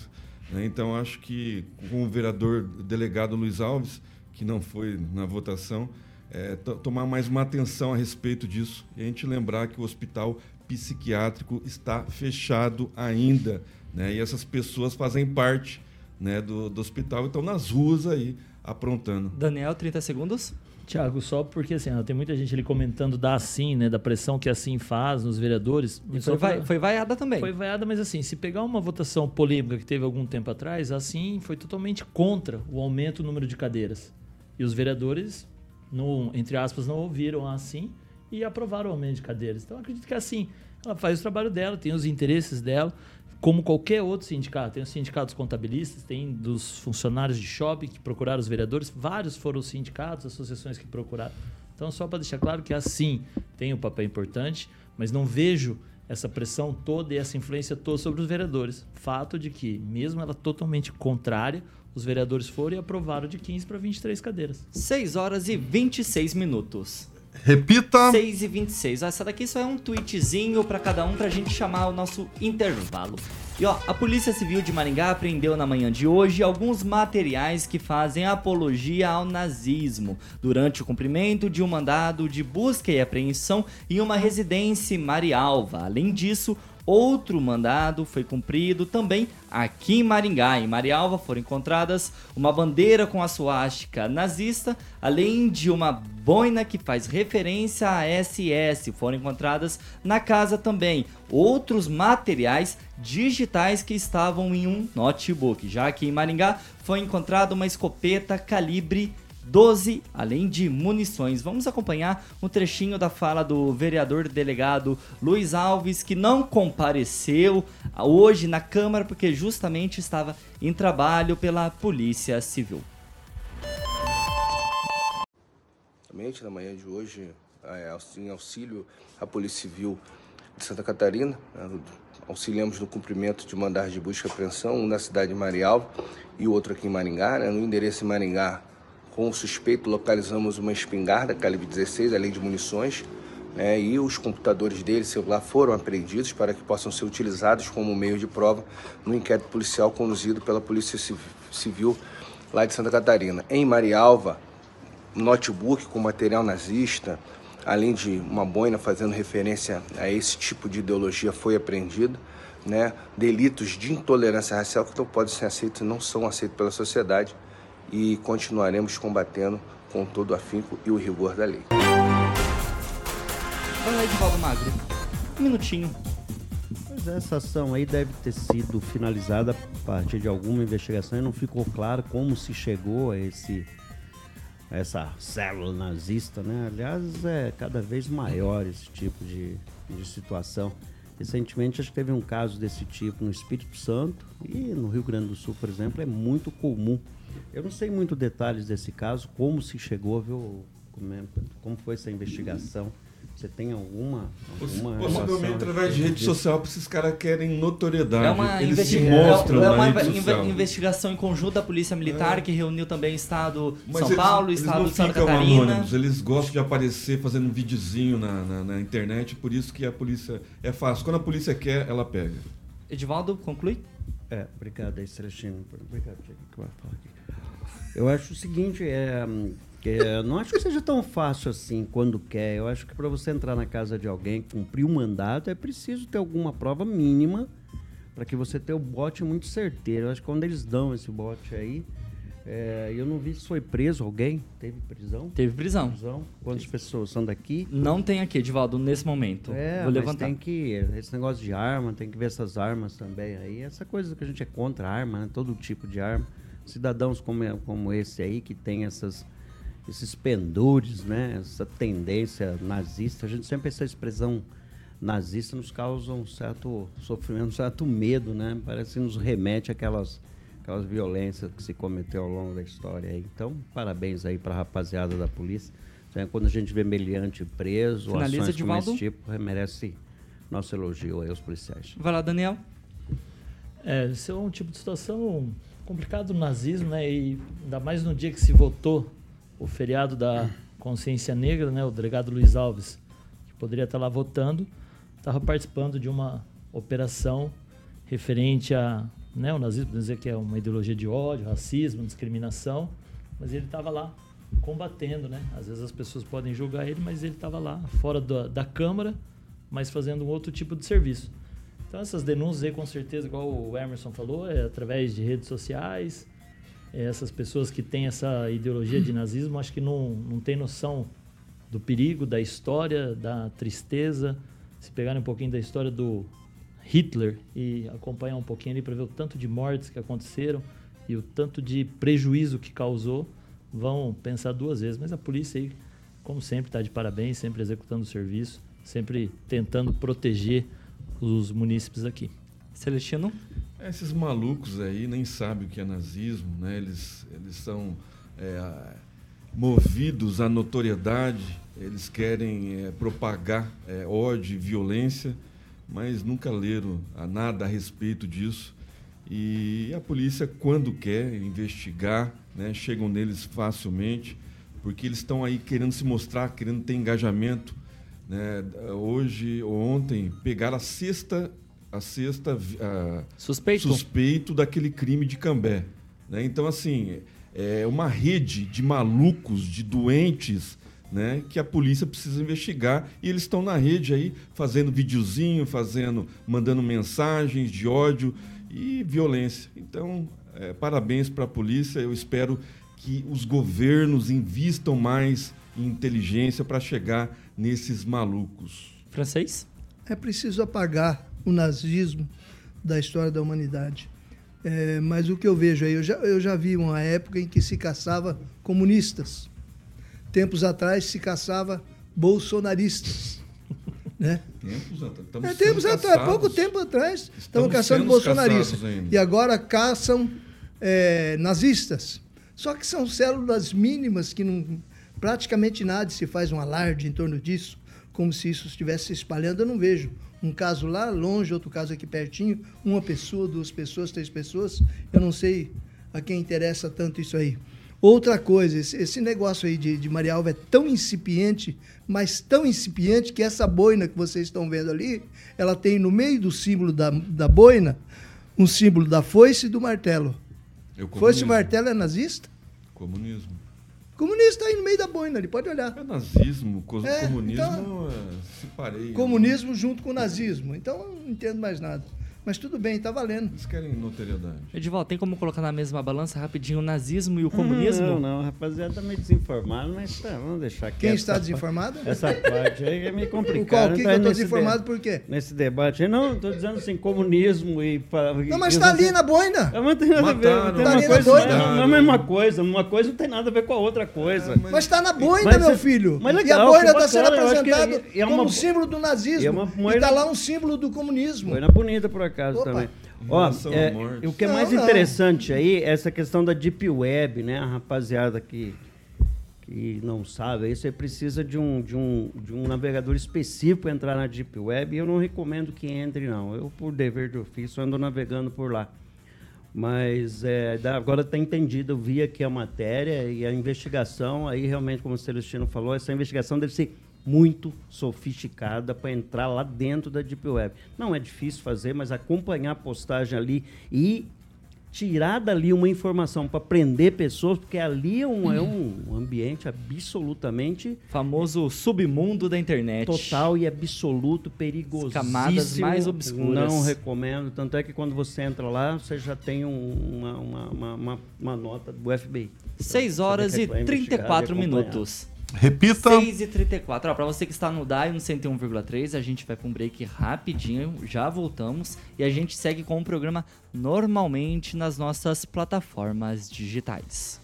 Speaker 5: Né? Então, acho que com o vereador delegado Luiz Alves, que não foi na votação, é, t- tomar mais uma atenção a respeito disso e a gente lembrar que o hospital psiquiátrico está fechado ainda, né? E essas pessoas fazem parte, né, do, do hospital e estão nas ruas aí aprontando.
Speaker 2: Daniel, trinta segundos.
Speaker 7: Tiago, só porque assim, ó, tem muita gente ali comentando da Assim, né, da pressão que a Assim faz nos vereadores.
Speaker 2: E foi, vai, foi vaiada também.
Speaker 7: Foi vaiada, mas assim, se pegar uma votação polêmica que teve algum tempo atrás, a Assim foi totalmente contra o aumento do número de cadeiras. E os vereadores, no, entre aspas, não ouviram a Assim e aprovaram o aumento de cadeiras. Então, acredito que assim, ela faz o trabalho dela, tem os interesses dela, como qualquer outro sindicato. Tem os sindicatos contabilistas, tem dos funcionários de shopping que procuraram os vereadores, vários foram os sindicatos, associações que procuraram. Então, só para deixar claro que assim tem um papel importante, mas não vejo essa pressão toda e essa influência toda sobre os vereadores. Fato de que, mesmo ela totalmente contrária, os vereadores foram e aprovaram de quinze para vinte e três cadeiras.
Speaker 2: seis horas e vinte e seis minutos.
Speaker 4: Repita.
Speaker 2: seis e vinte e seis. Essa daqui só é um tweetzinho para cada um pra gente chamar o nosso intervalo. E ó, a Polícia Civil de Maringá apreendeu na manhã de hoje alguns materiais que fazem apologia ao nazismo durante o cumprimento de um mandado de busca e apreensão em uma residência em Marialva. Além disso, outro mandado foi cumprido também aqui em Maringá. Em Marialva foram encontradas uma bandeira com a suástica nazista, além de uma boina que faz referência à S S. Foram encontradas na casa também outros materiais digitais que estavam em um notebook. Já aqui em Maringá foi encontrada uma escopeta calibre doze, além de munições. Vamos acompanhar um trechinho da fala do vereador delegado Luiz Alves, que não compareceu hoje na Câmara porque justamente estava em trabalho pela Polícia Civil.
Speaker 9: Na manhã de hoje, em auxílio à Polícia Civil de Santa Catarina, auxiliamos no cumprimento de mandados de busca e apreensão, um na cidade de Marialva e outro aqui em Maringá. Né? No endereço em Maringá, com o suspeito, localizamos uma espingarda calibre dezesseis, além de munições, né? E os computadores dele, celular, foram apreendidos para que possam ser utilizados como meio de prova no inquérito policial conduzido pela Polícia Civil lá de Santa Catarina. Em Marialva, um notebook com material nazista, além de uma boina fazendo referência a esse tipo de ideologia, foi apreendido. Né? Delitos de intolerância racial que não podem ser aceitos, não são aceitos pela sociedade, e continuaremos combatendo com todo o afinco e o rigor da lei.
Speaker 2: Vai, Edivaldo Magro. Um minutinho.
Speaker 6: Pois é, essa ação aí deve ter sido finalizada a partir de alguma investigação e não ficou claro como se chegou a esse... essa célula nazista, né? Aliás, é cada vez maior esse tipo de, de situação. Recentemente, acho que teve um caso desse tipo no Espírito Santo e no Rio Grande do Sul, por exemplo, é muito comum. Eu não sei muito detalhes desse caso, como se chegou, viu? Como, é, como foi essa investigação? Você tem alguma, alguma
Speaker 5: possivelmente através de rede social, porque esses caras querem notoriedade.
Speaker 2: É uma,
Speaker 5: Eles
Speaker 2: investi-
Speaker 5: se mostram
Speaker 2: é, é
Speaker 5: na
Speaker 2: uma
Speaker 5: rede social.
Speaker 2: investigação em conjunto da Polícia Militar,
Speaker 5: é.
Speaker 2: que reuniu também Estado de
Speaker 5: Mas
Speaker 2: São
Speaker 5: eles,
Speaker 2: Paulo,
Speaker 5: eles
Speaker 2: Estado
Speaker 5: não
Speaker 2: de Santa
Speaker 5: ficam
Speaker 2: Catarina.
Speaker 5: anônimos, eles gostam de aparecer fazendo um videozinho na, na, na internet, por isso que a polícia é fácil. Quando a polícia quer, ela pega.
Speaker 2: Edivaldo, conclui?
Speaker 6: É, obrigado aí, Celestino. Obrigado, Diego, que vai falar aqui. Eu acho o seguinte, é, é, não acho que seja tão fácil assim quando quer. Eu acho que para você entrar na casa de alguém, cumprir um mandato, é preciso ter alguma prova mínima para que você tenha o bote muito certeiro. Eu acho que quando eles dão esse bote aí, é, eu não vi se foi preso alguém. Teve prisão?
Speaker 2: Teve prisão.
Speaker 6: prisão. Quantas pessoas são daqui?
Speaker 2: Não tem aqui, Edivaldo, nesse momento.
Speaker 6: É,
Speaker 2: Vou
Speaker 6: mas
Speaker 2: levantar.
Speaker 6: tem que... Esse negócio de arma, tem que ver essas armas também aí. Essa coisa que a gente é contra a arma, né? Todo tipo de arma. Cidadãos como, como esse aí, que tem essas, esses pendores, né? Essa tendência nazista. A gente sempre, essa expressão nazista nos causa um certo sofrimento, um certo medo, né? Parece que nos remete àquelas, aquelas violências que se cometeu ao longo da história aí. Então, parabéns aí para a rapaziada da polícia. Quando a gente vê meliante preso,
Speaker 2: Finaliza,
Speaker 6: ações
Speaker 2: Edivaldo.
Speaker 6: como esse tipo, merece nosso elogio aí aos policiais.
Speaker 2: Vai lá, Daniel.
Speaker 7: É, esse é um tipo de situação complicado no nazismo, né? E ainda mais no dia que se votou o feriado da consciência negra, né? O delegado Luiz Alves, que poderia estar lá votando, estava participando de uma operação referente a né? O nazismo, podemos dizer que é uma ideologia de ódio, racismo, discriminação, mas ele estava lá combatendo, né? Às vezes as pessoas podem julgar ele, mas ele estava lá fora da, da Câmara, mas fazendo um outro tipo de serviço. Então essas denúncias aí, com certeza, igual o Emerson falou, é através de redes sociais. É, essas pessoas que têm essa ideologia de nazismo, acho que não, não tem noção do perigo, da história, da tristeza. Se pegarem um pouquinho da história do Hitler e acompanhar um pouquinho ali para ver o tanto de mortes que aconteceram e o tanto de prejuízo que causou, vão pensar duas vezes. Mas a polícia aí, como sempre, está de parabéns, sempre executando o serviço, sempre tentando proteger os munícipes aqui.
Speaker 2: Celestino?
Speaker 5: Esses malucos aí nem sabem o que é nazismo, né? Eles, eles são é, movidos à notoriedade, eles querem é, propagar é, ódio e violência, mas nunca leram nada a respeito disso. E a polícia, quando quer investigar, né, chegam neles facilmente, porque eles estão aí querendo se mostrar, querendo ter engajamento. Né? Hoje, ou ontem, pegaram a sexta, a sexta a,
Speaker 2: suspeito.
Speaker 5: suspeito daquele crime de Cambé. Né? Então, assim, é uma rede de malucos, de doentes, né, que a polícia precisa investigar, e eles estão na rede aí fazendo videozinho, fazendo, mandando mensagens de ódio e violência. Então, é, parabéns para a polícia. Eu espero que os governos invistam mais em inteligência para chegar nesses malucos.
Speaker 2: Francês?
Speaker 8: É preciso apagar o nazismo da história da humanidade. É, mas o que eu vejo aí, eu já, eu já vi uma época em que se caçava comunistas. Tempos atrás se caçava bolsonaristas. Né?
Speaker 5: Tempos atrás.
Speaker 8: É, tempos atrás, pouco tempo atrás, estavam caçando bolsonaristas. E agora caçam é, nazistas. Só que são células mínimas que não, praticamente nada se faz um alarde em torno disso, como se isso estivesse se espalhando. Eu não vejo um caso lá longe, outro caso aqui pertinho, uma pessoa, duas pessoas, três pessoas. Eu não sei a quem interessa tanto isso aí. Outra coisa, esse, esse negócio aí de, de Marialva é tão incipiente, mas tão incipiente que essa boina que vocês estão vendo ali, ela tem no meio do símbolo da, da boina, um símbolo da foice e do martelo.
Speaker 5: É
Speaker 8: Foice e martelo é nazista?
Speaker 5: Comunismo.
Speaker 8: Comunista aí no meio da boina ali, pode olhar.
Speaker 5: É nazismo, co
Speaker 8: é,
Speaker 5: comunismo,
Speaker 8: então,
Speaker 5: é, se parei.
Speaker 8: Comunismo junto com o nazismo, então eu não entendo mais nada. Mas tudo bem, tá valendo.
Speaker 5: Eles querem notoriedade.
Speaker 2: Edivaldo, tem como colocar na mesma balança rapidinho o nazismo e o comunismo?
Speaker 6: Não, não, rapaziada, tá meio desinformado, mas tá, vamos deixar quieto.
Speaker 8: Quem está desinformado?
Speaker 6: Essa parte aí é meio complicado.
Speaker 8: O qual? Que, que eu tô
Speaker 6: nesse
Speaker 8: desinformado
Speaker 6: de...
Speaker 8: por quê?
Speaker 6: Nesse debate aí, não, tô dizendo assim, comunismo e...
Speaker 8: Não, mas tá ali na boina.
Speaker 6: Não tem nada
Speaker 5: Mataram,
Speaker 6: a ver, não tem
Speaker 8: tá
Speaker 6: uma
Speaker 8: ali
Speaker 6: coisa,
Speaker 8: na boina.
Speaker 6: não, não é a mesma coisa, uma coisa não tem nada a ver com a outra coisa.
Speaker 5: É, mas...
Speaker 8: Mas tá na boina,
Speaker 6: Mas
Speaker 8: meu
Speaker 6: você-
Speaker 8: filho.
Speaker 6: mas
Speaker 8: e
Speaker 6: legal,
Speaker 8: a boina
Speaker 6: que
Speaker 8: está sendo
Speaker 6: bacana, eu acho que
Speaker 8: apresentada
Speaker 6: é- é uma-
Speaker 8: como símbolo do nazismo.
Speaker 6: é uma
Speaker 8: E
Speaker 6: moeda-
Speaker 8: tá lá um símbolo do comunismo.
Speaker 6: Boina bonita, por acaso,
Speaker 8: Opa.
Speaker 6: também.
Speaker 5: Em
Speaker 6: Ó,
Speaker 5: relação
Speaker 6: é,
Speaker 5: à morte.
Speaker 6: o que é
Speaker 8: Não,
Speaker 6: mais
Speaker 8: não.
Speaker 6: interessante aí é essa questão da Deep Web, né? A rapaziada que, que não sabe, isso aí precisa de um, de, um, de um navegador específico para entrar na Deep Web, e eu não recomendo que entre, não. Eu, por dever de ofício, ando navegando por lá. Mas é, da- agora está entendido, eu vi aqui a matéria e a investigação, aí realmente, como o Celestino falou, essa investigação deve ser muito sofisticada para entrar lá dentro da Deep Web. Não é difícil fazer, mas acompanhar a postagem ali e tirar dali uma informação para prender pessoas, porque ali é um, é um ambiente absolutamente
Speaker 2: Famoso submundo da internet.
Speaker 6: total e absoluto, perigosíssimo.
Speaker 2: Camadas mais obscuras.
Speaker 6: Não recomendo. Tanto é que quando você entra lá, você já tem um- uma, uma, uma, uma, uma nota do F B I.
Speaker 2: seis horas
Speaker 6: Você
Speaker 2: e
Speaker 6: vê que vai
Speaker 2: trinta e quatro
Speaker 6: investigar e
Speaker 2: minutos.
Speaker 4: Repita.
Speaker 2: seis e trinta e quatro. Ó, pra você que está no D A I no cento e um vírgula três, a gente vai para um break rapidinho, já voltamos e a gente segue com o programa normalmente nas nossas plataformas digitais.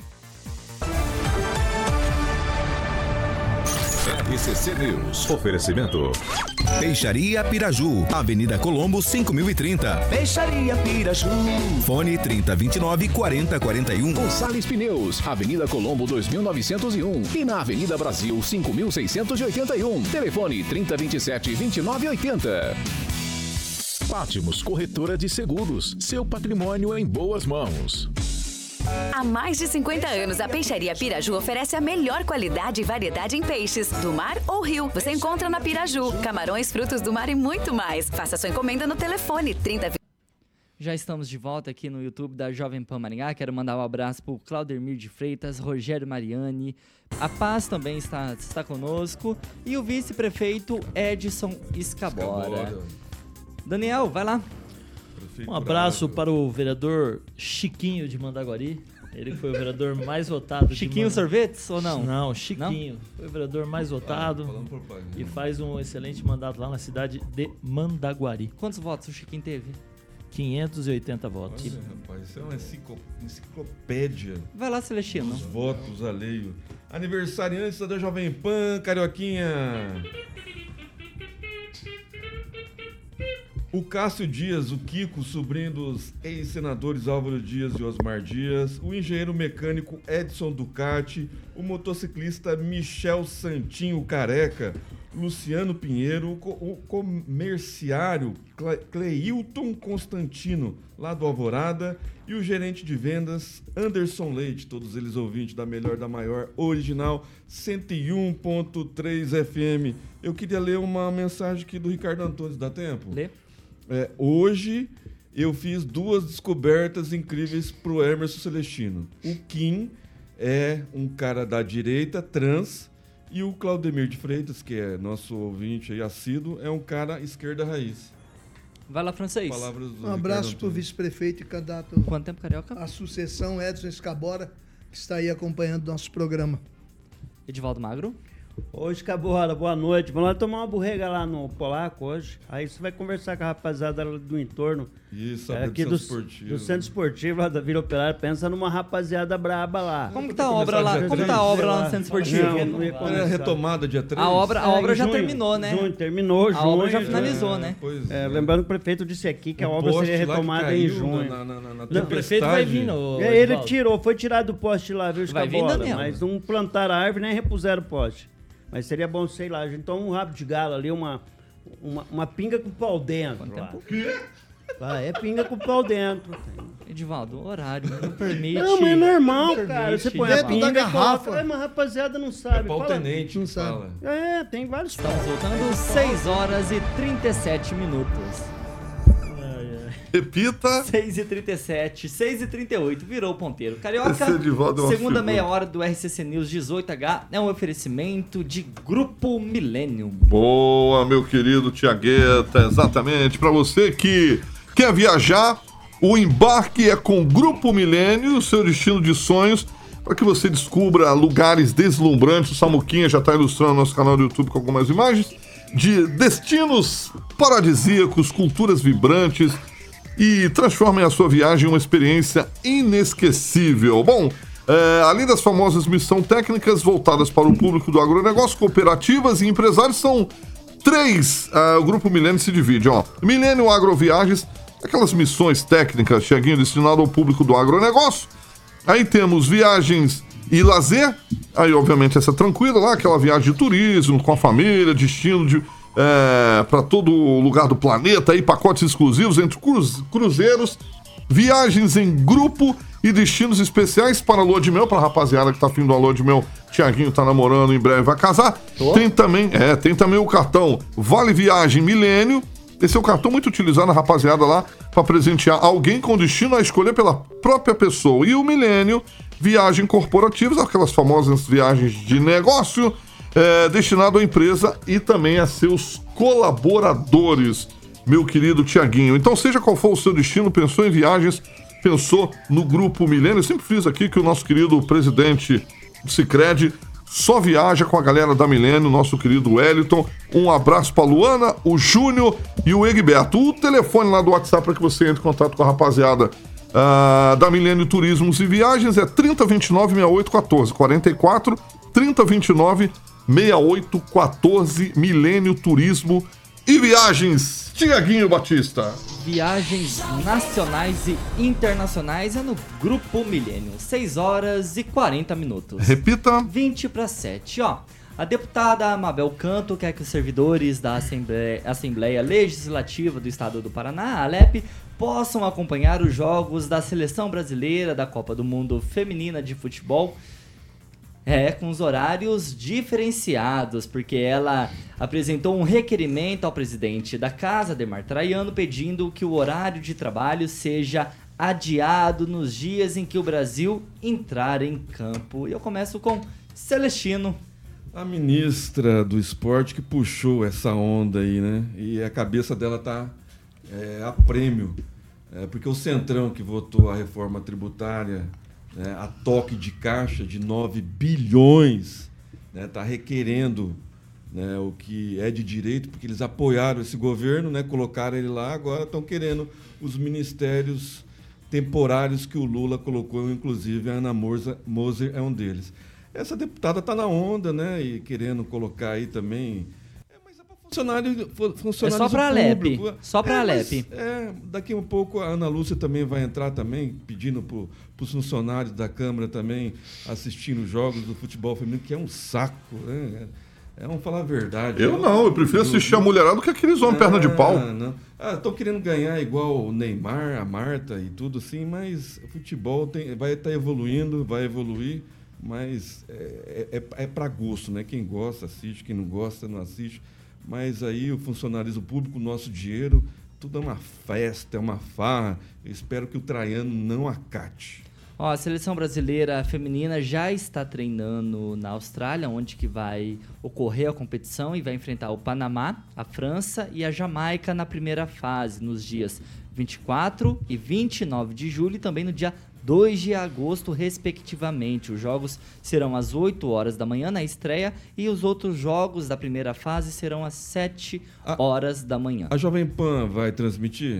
Speaker 1: R C C News. Oferecimento.
Speaker 10: Peixaria Piraju, Avenida Colombo cinco mil e trinta.
Speaker 11: Peixaria Piraju.
Speaker 10: Fone trinta, vinte e nove, quarenta, quarenta e um.
Speaker 11: Gonçalves Pneus, Avenida Colombo dois mil novecentos e um e na Avenida Brasil cinco mil seiscentos e oitenta e um. Telefone trinta, vinte e sete, vinte e nove, oitenta. Pátimos Corretora de Seguros, seu patrimônio em boas mãos.
Speaker 12: Há mais de cinquenta anos, a Peixaria Piraju oferece a melhor qualidade e variedade em peixes, do mar ou rio. Você encontra na Piraju, camarões, frutos do mar e muito mais. Faça sua encomenda no telefone trinta...
Speaker 2: Já estamos de volta aqui no YouTube da Jovem Pan Maringá. Quero mandar um abraço para o Claudemir de Freitas, Rogério Mariani. A Paz também está, está conosco. E o vice-prefeito Edson Escabora. Escabora. Daniel, vai lá.
Speaker 7: Um abraço para o vereador Chiquinho de Mandaguari. Ele foi o vereador mais votado.
Speaker 2: Chiquinho
Speaker 7: de
Speaker 2: Sorvetes ou não?
Speaker 7: Não, Chiquinho. Não? Foi o vereador mais votado.
Speaker 5: Ah,
Speaker 7: e faz um excelente mandato lá na cidade de Mandaguari.
Speaker 2: Quantos votos o Chiquinho teve?
Speaker 7: quinhentos e oitenta votos.
Speaker 5: Olha, rapaz, isso é uma enciclo... enciclopédia.
Speaker 2: Vai lá, Celestino.
Speaker 5: Os votos alheios. Aniversariantes da Jovem Pan, Carioquinha. O Cássio Dias, o Kiko, sobrinho dos ex-senadores Álvaro Dias e Osmar Dias, o engenheiro mecânico Edson Ducati, o motociclista Michel Santinho Careca, Luciano Pinheiro, o comerciário Cleilton Constantino, lá do Alvorada, e o gerente de vendas Anderson Leite, todos eles ouvintes da melhor da maior original cento e um ponto três F M. Eu queria ler uma mensagem aqui do Ricardo Antunes, dá tempo?
Speaker 2: Lê.
Speaker 5: É, hoje eu fiz duas descobertas incríveis pro Emerson Celestino. O Kim é um cara da direita, trans, e o Claudemir de Freitas, que é nosso ouvinte aí assíduo, é um cara esquerda raiz.
Speaker 2: Vai lá, francês.
Speaker 5: Palavras do
Speaker 8: um abraço para o vice-prefeito e candidato
Speaker 2: Quanto tempo, Carioca?
Speaker 8: à sucessão, Edson Escabora, que está aí acompanhando nosso programa.
Speaker 2: Edivaldo Magro.
Speaker 6: Hoje, Cabora, boa noite. Vamos lá tomar uma burrega lá no Polaco hoje. Aí você vai conversar com a rapaziada do entorno.
Speaker 5: Isso,
Speaker 6: é, aqui do, do Centro Esportivo, lá da Vila Operária. Pensa numa rapaziada braba lá.
Speaker 2: Como que tá a obra lá? Como tá a obra lá no Centro Esportivo?
Speaker 5: Não, não é a retomada dia três?
Speaker 2: A obra, a obra
Speaker 6: é,
Speaker 2: já
Speaker 6: junho,
Speaker 2: terminou, né?
Speaker 6: Junho, terminou, junho.
Speaker 2: A obra já finalizou,
Speaker 5: é,
Speaker 2: né?
Speaker 5: Pois
Speaker 6: é,
Speaker 5: é.
Speaker 6: Lembrando que o prefeito disse aqui que a
Speaker 5: o
Speaker 6: obra seria retomada em junho.
Speaker 5: Na, na, na, na
Speaker 7: não, o prefeito vai vir, no,
Speaker 6: é, Ele tirou, foi tirado do poste lá, viu,
Speaker 2: vai vir, Daniel.
Speaker 6: Mas não plantaram a árvore nem repuseram o poste. Mas seria bom, sei lá, a gente toma um rabo de galo ali, uma, uma, uma pinga com pau dentro.
Speaker 2: Tempo?
Speaker 6: Ah, é pinga com pau dentro.
Speaker 2: Edivaldo, o horário não permite.
Speaker 6: Não, mas é normal,
Speaker 2: permite,
Speaker 6: cara. Você põe a pinga da garrafa. Coloca, mas a rapaziada não sabe.
Speaker 5: É pau tenente,
Speaker 6: não
Speaker 5: sabe.
Speaker 6: Fala. É, tem vários.
Speaker 2: Estamos voltando seis horas e trinta e sete minutos.
Speaker 4: Repita.
Speaker 2: seis e trinta e sete, seis e trinta e oito, virou o ponteiro. Carioca,
Speaker 4: é
Speaker 2: segunda meia hora do R C C News dezoito H é um oferecimento de Grupo Millennium.
Speaker 4: Boa, meu querido Tiagueta, exatamente. Para você que quer viajar, o embarque é com Grupo Millennium, seu destino de sonhos, para que você descubra lugares deslumbrantes. O Samuquinha já está ilustrando nosso canal do YouTube com algumas imagens de destinos paradisíacos, culturas vibrantes, e transformem a sua viagem em uma experiência inesquecível. Bom, é, além das famosas missões técnicas voltadas para o público do agronegócio, cooperativas e empresários, são três. Uh, o Grupo Milênio se divide, ó. Milênio Agroviagens, aquelas missões técnicas, Thiaguinho, destinado ao público do agronegócio. Aí temos viagens e lazer, aí obviamente essa tranquila lá, aquela viagem de turismo, com a família, destino de... É, para todo lugar do planeta, aí, pacotes exclusivos entre cruz, cruzeiros, viagens em grupo e destinos especiais para a lua de mel, para a rapaziada que tá afim da lua de mel. Tiaguinho tá namorando, em breve vai casar. Tô. Tem também, é, tem também o cartão Vale Viagem Milênio. Esse é o cartão muito utilizado na rapaziada lá para presentear alguém com destino a escolher pela própria pessoa. E o Milênio Viagem Corporativas, aquelas famosas viagens de negócio, É, destinado à empresa e também a seus colaboradores, meu querido Tiaguinho. Então, seja qual for o seu destino, pensou em viagens, pensou no Grupo Milênio. Eu sempre fiz aqui que o nosso querido presidente Sicredi só viaja com a galera da Milênio, nosso querido Wellington. Um abraço para Luana, o Júnior e o Egberto. O telefone lá do WhatsApp para que você entre em contato com a rapaziada uh, da Milênio Turismos e Viagens é trinta, vinte e nove, sessenta e oito, quatorze, quarenta e quatro, trinta, vinte e nove, sessenta e oito, quatorze, Milênio Turismo e Viagens. Tiaguinho Batista.
Speaker 2: Viagens nacionais e internacionais é no Grupo Milênio. seis horas e quarenta minutos.
Speaker 4: Repita.
Speaker 2: vinte para sete, ó. A deputada Amabel Canto quer que os servidores da Assembleia, Assembleia Legislativa do Estado do Paraná, a Alep, possam acompanhar os jogos da Seleção Brasileira da Copa do Mundo Feminina de Futebol É, com os horários diferenciados, porque ela apresentou um requerimento ao presidente da casa, Ademar Traiano, pedindo que o horário de trabalho seja adiado nos dias em que o Brasil entrar em campo. E eu começo com Celestino.
Speaker 5: A ministra do esporte que puxou essa onda aí, né? E a cabeça dela tá é, a prêmio. É, porque o Centrão, que votou a reforma tributária, né, a toque de caixa de nove bilhões, está, né, requerendo, né, o que é de direito, porque eles apoiaram esse governo, né, colocaram ele lá, agora estão querendo os ministérios temporários que o Lula colocou, inclusive a Ana Moser é um deles. Essa deputada está na onda, né, e querendo colocar aí também... Funcionário, funcionário
Speaker 2: é só para a Alep.
Speaker 5: Público.
Speaker 2: Só para a
Speaker 5: é,
Speaker 2: Alep.
Speaker 5: É, daqui um pouco a Ana Lúcia também vai entrar também, pedindo para os funcionários da Câmara também assistindo os jogos do futebol feminino, que é um saco, né? É, vamos falar a verdade.
Speaker 4: Eu não, eu prefiro assistir a mulherada do que aqueles homens ah, perna de pau.
Speaker 5: Estão ah, querendo ganhar igual o Neymar, a Marta e tudo assim, mas o futebol tem, vai estar tá evoluindo, vai evoluir, mas é, é, é para gosto, né? Quem gosta assiste, quem não gosta não assiste. Mas aí o funcionalismo público, o nosso dinheiro, tudo é uma festa, é uma farra. Eu espero que o Traiano não acate.
Speaker 2: Ó, a seleção brasileira feminina já está treinando na Austrália, onde que vai ocorrer a competição, e vai enfrentar o Panamá, a França e a Jamaica na primeira fase, nos dias vinte e quatro e vinte e nove de julho e também no dia dois de agosto, respectivamente. Os jogos serão às oito horas da manhã na estreia e os outros jogos da primeira fase serão às sete horas da manhã.
Speaker 5: A Jovem Pan vai transmitir?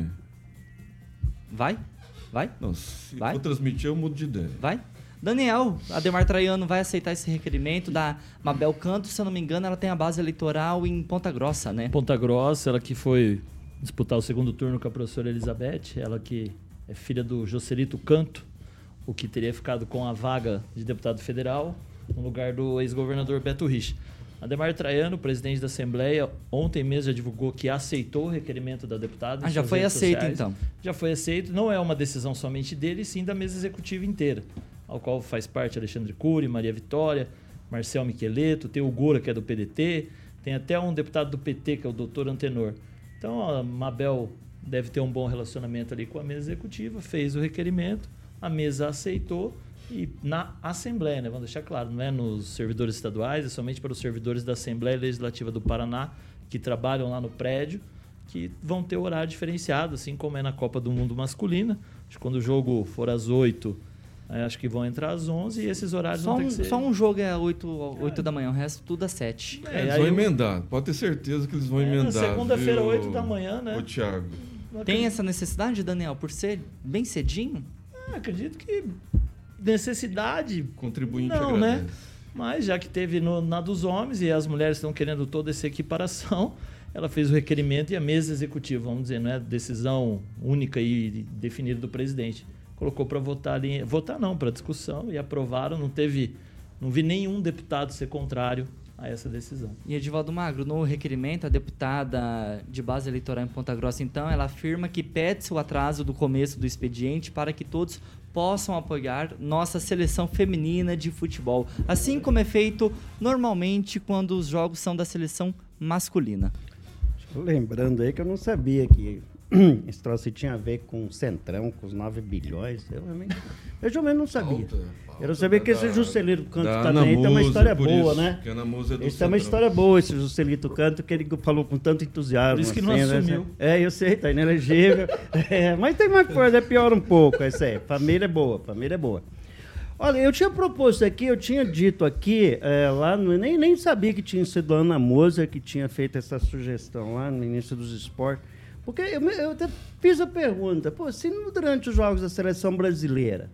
Speaker 2: Vai? Vai?
Speaker 5: Não, se
Speaker 2: vai?
Speaker 5: for transmitir, eu mudo de ideia.
Speaker 2: Vai? Daniel, Ademar Traiano vai aceitar esse requerimento da Mabel Canto, se eu não me engano, ela tem a base eleitoral em Ponta Grossa, né?
Speaker 7: Ponta Grossa, ela que foi disputar o segundo turno com a professora Elizabeth, ela que é filha do Joselito Canto, o que teria ficado com a vaga de deputado federal no lugar do ex-governador Beto Rich. Ademar Traiano, presidente da Assembleia, ontem mesmo já divulgou que aceitou o requerimento da deputada.
Speaker 2: Ah, já foi aceito
Speaker 7: sociais.
Speaker 2: então?
Speaker 7: Já foi aceito. Não é uma decisão somente dele, sim da mesa executiva inteira, ao qual faz parte Alexandre Cury, Maria Vitória, Marcel Micheleto, tem o Gora, que é do P D T, tem até um deputado do P T, que é o doutor Antenor. Então a Mabel deve ter um bom relacionamento ali com a mesa executiva, fez o requerimento, a mesa aceitou e na Assembleia, né? Vamos deixar claro, não é nos servidores estaduais, é somente para os servidores da Assembleia Legislativa do Paraná que trabalham lá no prédio, que vão ter horário diferenciado, assim como é na Copa do Mundo masculina. Acho que quando o jogo for às oito, acho que vão entrar às onze e esses horários
Speaker 2: só
Speaker 7: vão ter
Speaker 2: um,
Speaker 7: que ser...
Speaker 2: Só um jogo é oito, oito é. da manhã, o resto tudo às sete.
Speaker 5: É, eles vão emendar, pode ter certeza que eles vão é, emendar.
Speaker 7: Segunda-feira, oito da manhã, né?
Speaker 5: Ô, Thiago.
Speaker 2: Tem essa necessidade, Daniel, por ser bem cedinho?
Speaker 7: Ah, acredito que necessidade...
Speaker 5: Contribuinte
Speaker 7: não, né? Mas já que teve no, na dos homens e as mulheres estão querendo toda essa equiparação, ela fez o requerimento e a mesa executiva, vamos dizer, não é decisão única e definida do presidente, colocou para votar ali, votar não, para discussão, e aprovaram, não teve, não vi nenhum deputado ser contrário a essa decisão.
Speaker 2: E Edivaldo Magro, no requerimento, a deputada de base eleitoral em Ponta Grossa, então, ela afirma que pede-se o atraso do começo do expediente para que todos possam apoiar nossa seleção feminina de futebol, assim como é feito normalmente quando os jogos são da seleção masculina.
Speaker 6: Lembrando aí que eu não sabia que esse troço tinha a ver com o Centrão, com os nove bilhões. Eu realmente, eu realmente não sabia. Falta, falta. Eu não sabia que esse Juscelino Canto também tem uma história boa,
Speaker 5: isso,
Speaker 6: né?
Speaker 5: Que Ana Musa é do
Speaker 6: esse tem uma história boa, esse Juscelino Canto, que ele falou com tanto entusiasmo.
Speaker 7: Por isso que
Speaker 6: assim,
Speaker 7: não
Speaker 6: né?
Speaker 7: assumiu.
Speaker 6: É, eu sei, tá inelegível. é, mas tem mais coisa, é pior um pouco. É isso aí. Família é boa, família é boa. Olha, eu tinha proposto aqui, eu tinha dito aqui, é, lá, no, nem, nem sabia que tinha sido a Ana Moser que tinha feito essa sugestão lá no início dos esportes. Porque eu, eu até fiz a pergunta, pô, se durante os jogos da seleção brasileira,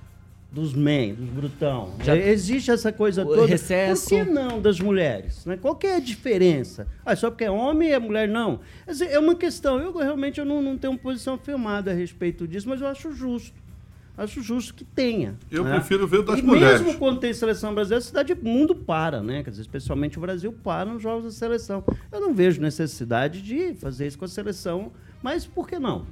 Speaker 6: dos men, dos brutão, já existe essa coisa toda,
Speaker 2: recesso.
Speaker 6: Por que não das mulheres? Né? Qual que é a diferença? Ah, só porque é homem e é mulher, não. É uma questão, eu realmente eu não, não tenho posição firmada a respeito disso, mas eu acho justo. Acho justo que tenha.
Speaker 4: Eu
Speaker 6: né?
Speaker 4: prefiro ver das
Speaker 6: e
Speaker 4: mulheres.
Speaker 6: Mesmo quando tem seleção brasileira, a cidade, o mundo para, né? Quer dizer, especialmente o Brasil para nos jogos da seleção. Eu não vejo necessidade de fazer isso com a seleção, mas por que não?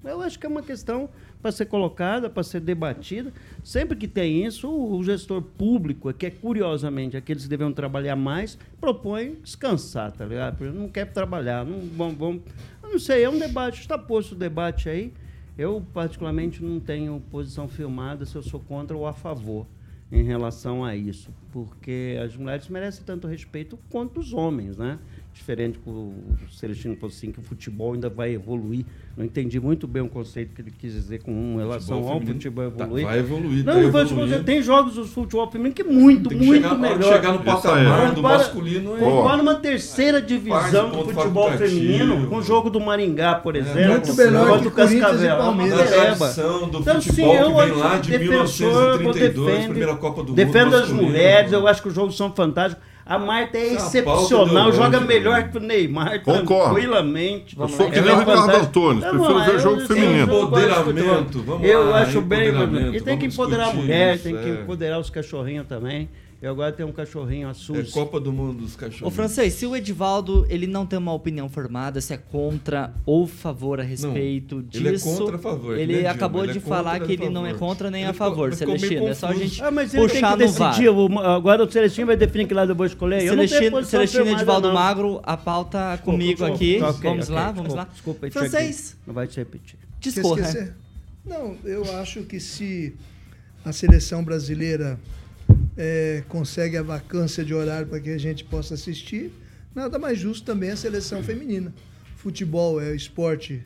Speaker 6: Eu acho que é uma questão para ser colocada, para ser debatida. Sempre que tem isso, o, o gestor público, que é curiosamente aqueles que devem trabalhar mais, propõe descansar, tá ligado? Porque não quer trabalhar, não vão, vão, eu não sei, é um debate, está posto o debate aí. Eu, particularmente, não tenho posição firmada se eu sou contra ou a favor em relação a isso, porque as mulheres merecem tanto respeito quanto os homens, né? Diferente que o Celestino falou assim, que o futebol ainda vai evoluir. Não entendi muito bem o conceito que ele quis dizer com relação futebol ao feminino, futebol evoluir.
Speaker 5: Tá, vai evoluir,
Speaker 6: Não,
Speaker 5: tá
Speaker 6: futebol, tem jogos do futebol feminino que é muito,
Speaker 5: tem que
Speaker 6: muito
Speaker 5: chegar,
Speaker 6: melhor.
Speaker 5: chegar no patamar do masculino.
Speaker 6: Compara numa terceira divisão do futebol feminino, com o jogo do Maringá, por exemplo. É,
Speaker 8: muito melhor que
Speaker 6: do Cascavel.
Speaker 5: A tradição do
Speaker 6: então,
Speaker 5: futebol
Speaker 6: sim,
Speaker 5: que vem lá de mil novecentos e trinta e dois,
Speaker 6: defende,
Speaker 5: primeira Copa do
Speaker 6: defendo
Speaker 5: Mundo
Speaker 6: as mulheres, eu acho que os jogos são fantásticos. A Marta é excepcional, joga longe, melhor que o Neymar,
Speaker 4: Concordo.
Speaker 6: Tranquilamente.
Speaker 4: Eu sou que nem o Ricardo Antônio, prefiro ver jogo feminino.
Speaker 5: Empoderamento, vamos
Speaker 6: eu
Speaker 5: lá.
Speaker 6: acho bem, e tem que empoderar a mulher,
Speaker 5: isso,
Speaker 6: tem que
Speaker 5: é.
Speaker 6: empoderar os cachorrinhos também. E agora tem um cachorrinho azul.
Speaker 5: É Copa do Mundo dos cachorros.
Speaker 2: Ô, Francês, se o Edivaldo ele não tem uma opinião formada, se é contra ou favor a respeito não, disso...
Speaker 5: Ele é contra a favor.
Speaker 2: Ele
Speaker 5: Dilma,
Speaker 2: acabou
Speaker 5: ele
Speaker 2: de
Speaker 5: é
Speaker 2: falar que ele
Speaker 5: favor.
Speaker 2: não é contra nem
Speaker 5: ele
Speaker 2: a favor, Celestino. É só a gente
Speaker 6: ah, mas ele
Speaker 2: puxar
Speaker 6: tem que
Speaker 2: no V A R.
Speaker 6: decidir, agora o Celestino vai definir que lado eu vou escolher. Eu
Speaker 2: Celestino, Celestino e Edivaldo
Speaker 6: não.
Speaker 2: Magro, a pauta
Speaker 6: Desculpa,
Speaker 2: comigo
Speaker 6: desculpa,
Speaker 2: aqui.
Speaker 6: tá, okay,
Speaker 2: vamos
Speaker 6: okay,
Speaker 2: lá,
Speaker 6: desculpa,
Speaker 2: vamos lá.
Speaker 6: Desculpa,
Speaker 2: Francês.
Speaker 6: Não vai se repetir.
Speaker 2: Discorra.
Speaker 8: Não, eu acho que se a seleção brasileira é, consegue a vacância de horário para que a gente possa assistir, nada mais justo também a seleção feminina. Futebol é o esporte,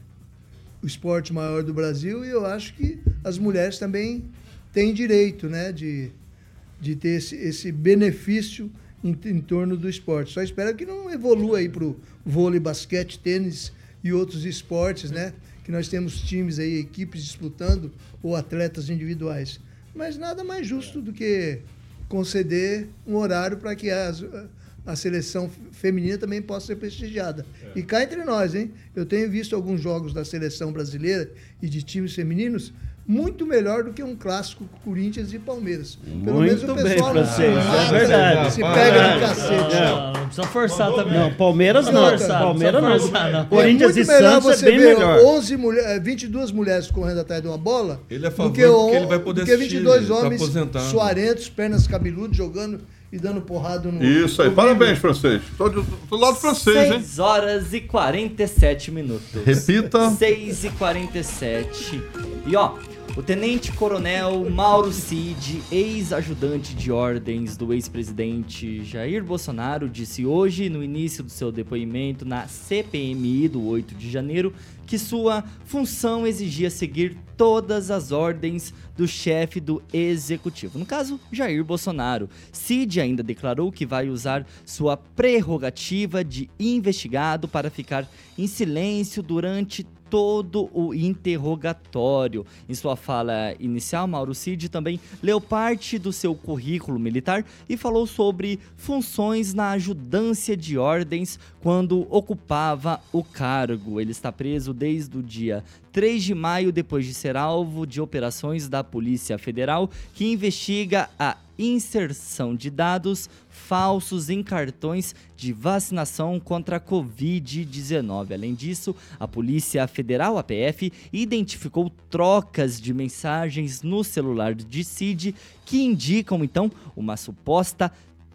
Speaker 8: o esporte maior do Brasil, e eu acho que as mulheres também têm direito, né, de, de ter esse, esse benefício em, em torno do esporte. Só espero que não evolua aí para o vôlei, basquete, tênis e outros esportes, né? Que nós temos times aí, equipes disputando, ou atletas individuais. Mas nada mais justo do que conceder um horário para que as, a seleção feminina também possa ser prestigiada. É. E cá entre nós, hein? Eu tenho visto alguns jogos da seleção brasileira e de times femininos muito melhor do que um clássico Corinthians e Palmeiras. Pelo
Speaker 6: muito
Speaker 8: menos o pessoal
Speaker 6: bem,
Speaker 8: não
Speaker 6: se é verdade.
Speaker 8: se pega no cacete.
Speaker 7: Não, não precisa forçar também.
Speaker 6: Não, Palmeiras não.
Speaker 7: Forçar,
Speaker 6: Palmeiras não.
Speaker 7: Forçar, não.
Speaker 6: Corinthians
Speaker 8: é
Speaker 6: e
Speaker 8: muito melhor
Speaker 6: Santos
Speaker 8: você
Speaker 6: é bem
Speaker 8: ver
Speaker 6: melhor.
Speaker 8: onze mulher, vinte e duas mulheres correndo atrás de uma bola
Speaker 5: ele é favor
Speaker 8: do que, o,
Speaker 5: porque ele vai poder
Speaker 8: do que vinte e dois
Speaker 5: assistir,
Speaker 8: homens
Speaker 5: tá
Speaker 8: suarentos, pernas cabeludas, jogando e dando porrada no...
Speaker 4: Isso aí,
Speaker 8: no
Speaker 4: parabéns, francês. Tô do, do lado francês, hein?
Speaker 2: seis horas e quarenta e sete minutos.
Speaker 4: Repita.
Speaker 2: seis e quarenta e sete. E ó, o tenente-coronel Mauro Cid, ex-ajudante de ordens do ex-presidente Jair Bolsonaro, disse hoje, no início do seu depoimento na C P M I do oito de janeiro, que sua função exigia seguir todas as ordens do chefe do executivo, no caso, Jair Bolsonaro. Cid ainda declarou que vai usar sua prerrogativa de investigado para ficar em silêncio durante todo o interrogatório. Em sua fala inicial, Mauro Cid também leu parte do seu currículo militar e falou sobre funções na ajudância de ordens quando ocupava o cargo. Ele está preso desde o dia três de maio, depois de ser alvo de operações da Polícia Federal, que investiga a inserção de dados falsos em cartões de vacinação contra a covid dezenove. Além disso, a Polícia Federal, a P F, identificou trocas de mensagens no celular de Cid que indicam, então, uma suposta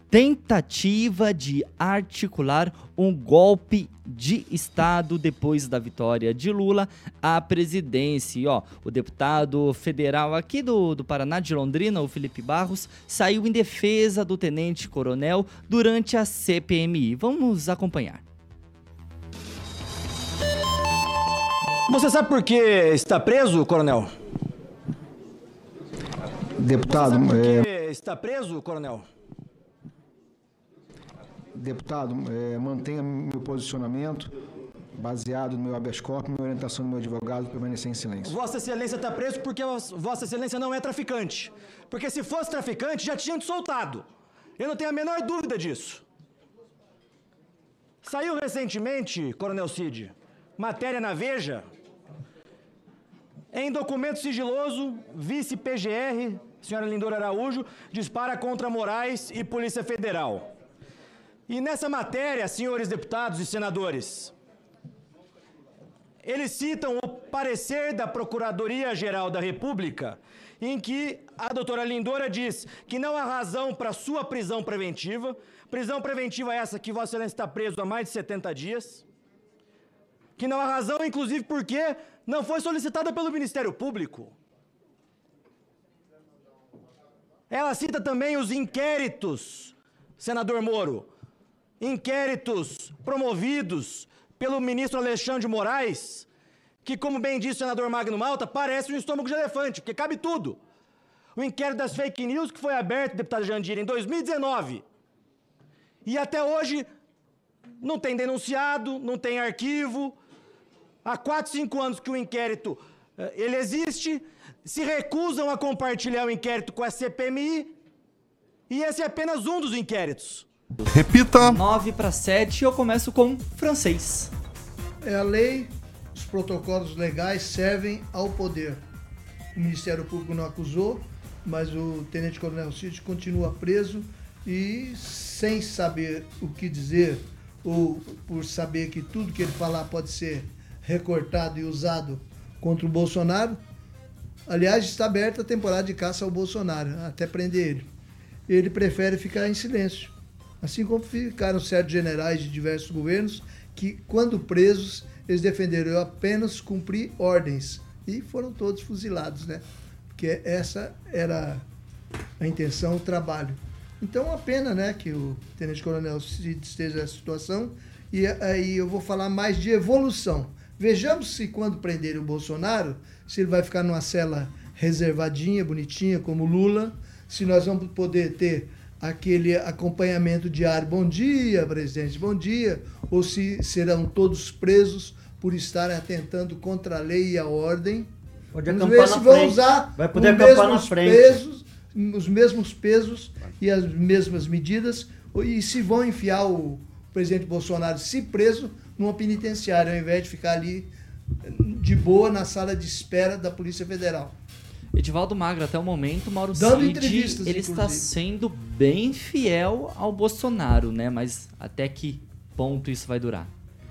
Speaker 2: tentativa de articular um golpe de Estado depois da vitória de Lula à presidência. E, ó, o deputado federal aqui do, do Paraná, de Londrina, o Felipe Barros, saiu em defesa do tenente-coronel durante a C P M I. Vamos acompanhar.
Speaker 13: Você sabe por que está preso, coronel?
Speaker 14: Deputado,
Speaker 13: Você sabe por
Speaker 14: é...
Speaker 13: que está preso, coronel?
Speaker 14: Deputado, é, mantenha meu posicionamento baseado no meu habeas corpus, minha orientação do meu advogado, permanecer em silêncio.
Speaker 13: Vossa Excelência está preso porque Vossa Excelência não é traficante. Porque se fosse traficante, já tinham te soltado. Eu não tenho a menor dúvida disso. Saiu recentemente, coronel Cid, matéria na Veja, em documento sigiloso, vice-P G R, senhora Lindora Araújo, dispara contra Moraes e Polícia Federal. E nessa matéria, senhores deputados e senadores, eles citam o parecer da Procuradoria-Geral da República, em que a doutora Lindora diz que não há razão para sua prisão preventiva. Prisão preventiva essa que Vossa Excelência está preso há mais de setenta dias. Que não há razão, inclusive, porque não foi solicitada pelo Ministério Público. Ela cita também os inquéritos, senador Moro, inquéritos promovidos pelo ministro Alexandre de Moraes, que, como bem disse o senador Magno Malta, parece um estômago de elefante, porque cabe tudo. O inquérito das fake news que foi aberto, deputado Jandira, em dois mil e dezenove. E até hoje não tem denunciado, não tem arquivo. Há quatro, cinco anos que o inquérito ele existe, se recusam a compartilhar o inquérito com a C P M I, e esse é apenas um dos inquéritos.
Speaker 4: Repita.
Speaker 2: nove para sete, eu começo com francês.
Speaker 8: É a lei, os protocolos legais servem ao poder. O Ministério Público não acusou, mas o Tenente Coronel Cid continua preso e sem saber o que dizer, ou por saber que tudo que ele falar pode ser recortado e usado contra o Bolsonaro. Aliás, está aberta a temporada de caça ao Bolsonaro, até prender ele. Ele prefere ficar em silêncio. Assim como ficaram certos generais de diversos governos que, quando presos, eles defenderam apenas cumprir ordens. E foram todos fuzilados, né? Porque essa era a intenção, o trabalho. Então, uma pena, né, que o Tenente Coronel Cid esteja nessa situação. E aí eu vou falar mais de evolução. Vejamos se quando prenderem o Bolsonaro, se ele vai ficar numa cela reservadinha, bonitinha, como Lula, se nós vamos poder ter aquele acompanhamento diário, bom dia, presidente, bom dia, ou se serão todos presos por estarem atentando contra a lei e a ordem.
Speaker 6: Pode
Speaker 8: Vamos ver se vão
Speaker 6: frente.
Speaker 8: usar
Speaker 6: Vai poder
Speaker 8: os
Speaker 6: acampar
Speaker 8: mesmos
Speaker 6: na frente.
Speaker 8: pesos, os mesmos pesos e as mesmas medidas, e se vão enfiar o presidente Bolsonaro, se preso, numa penitenciária, ao invés de ficar ali de boa na sala de espera da Polícia Federal.
Speaker 2: Edivaldo Magro, até o momento, Mauro
Speaker 8: Dando
Speaker 2: Cid,
Speaker 8: entrevistas,
Speaker 2: ele está
Speaker 8: inclusive.
Speaker 2: sendo bem fiel ao Bolsonaro, né? Mas até que ponto isso vai durar?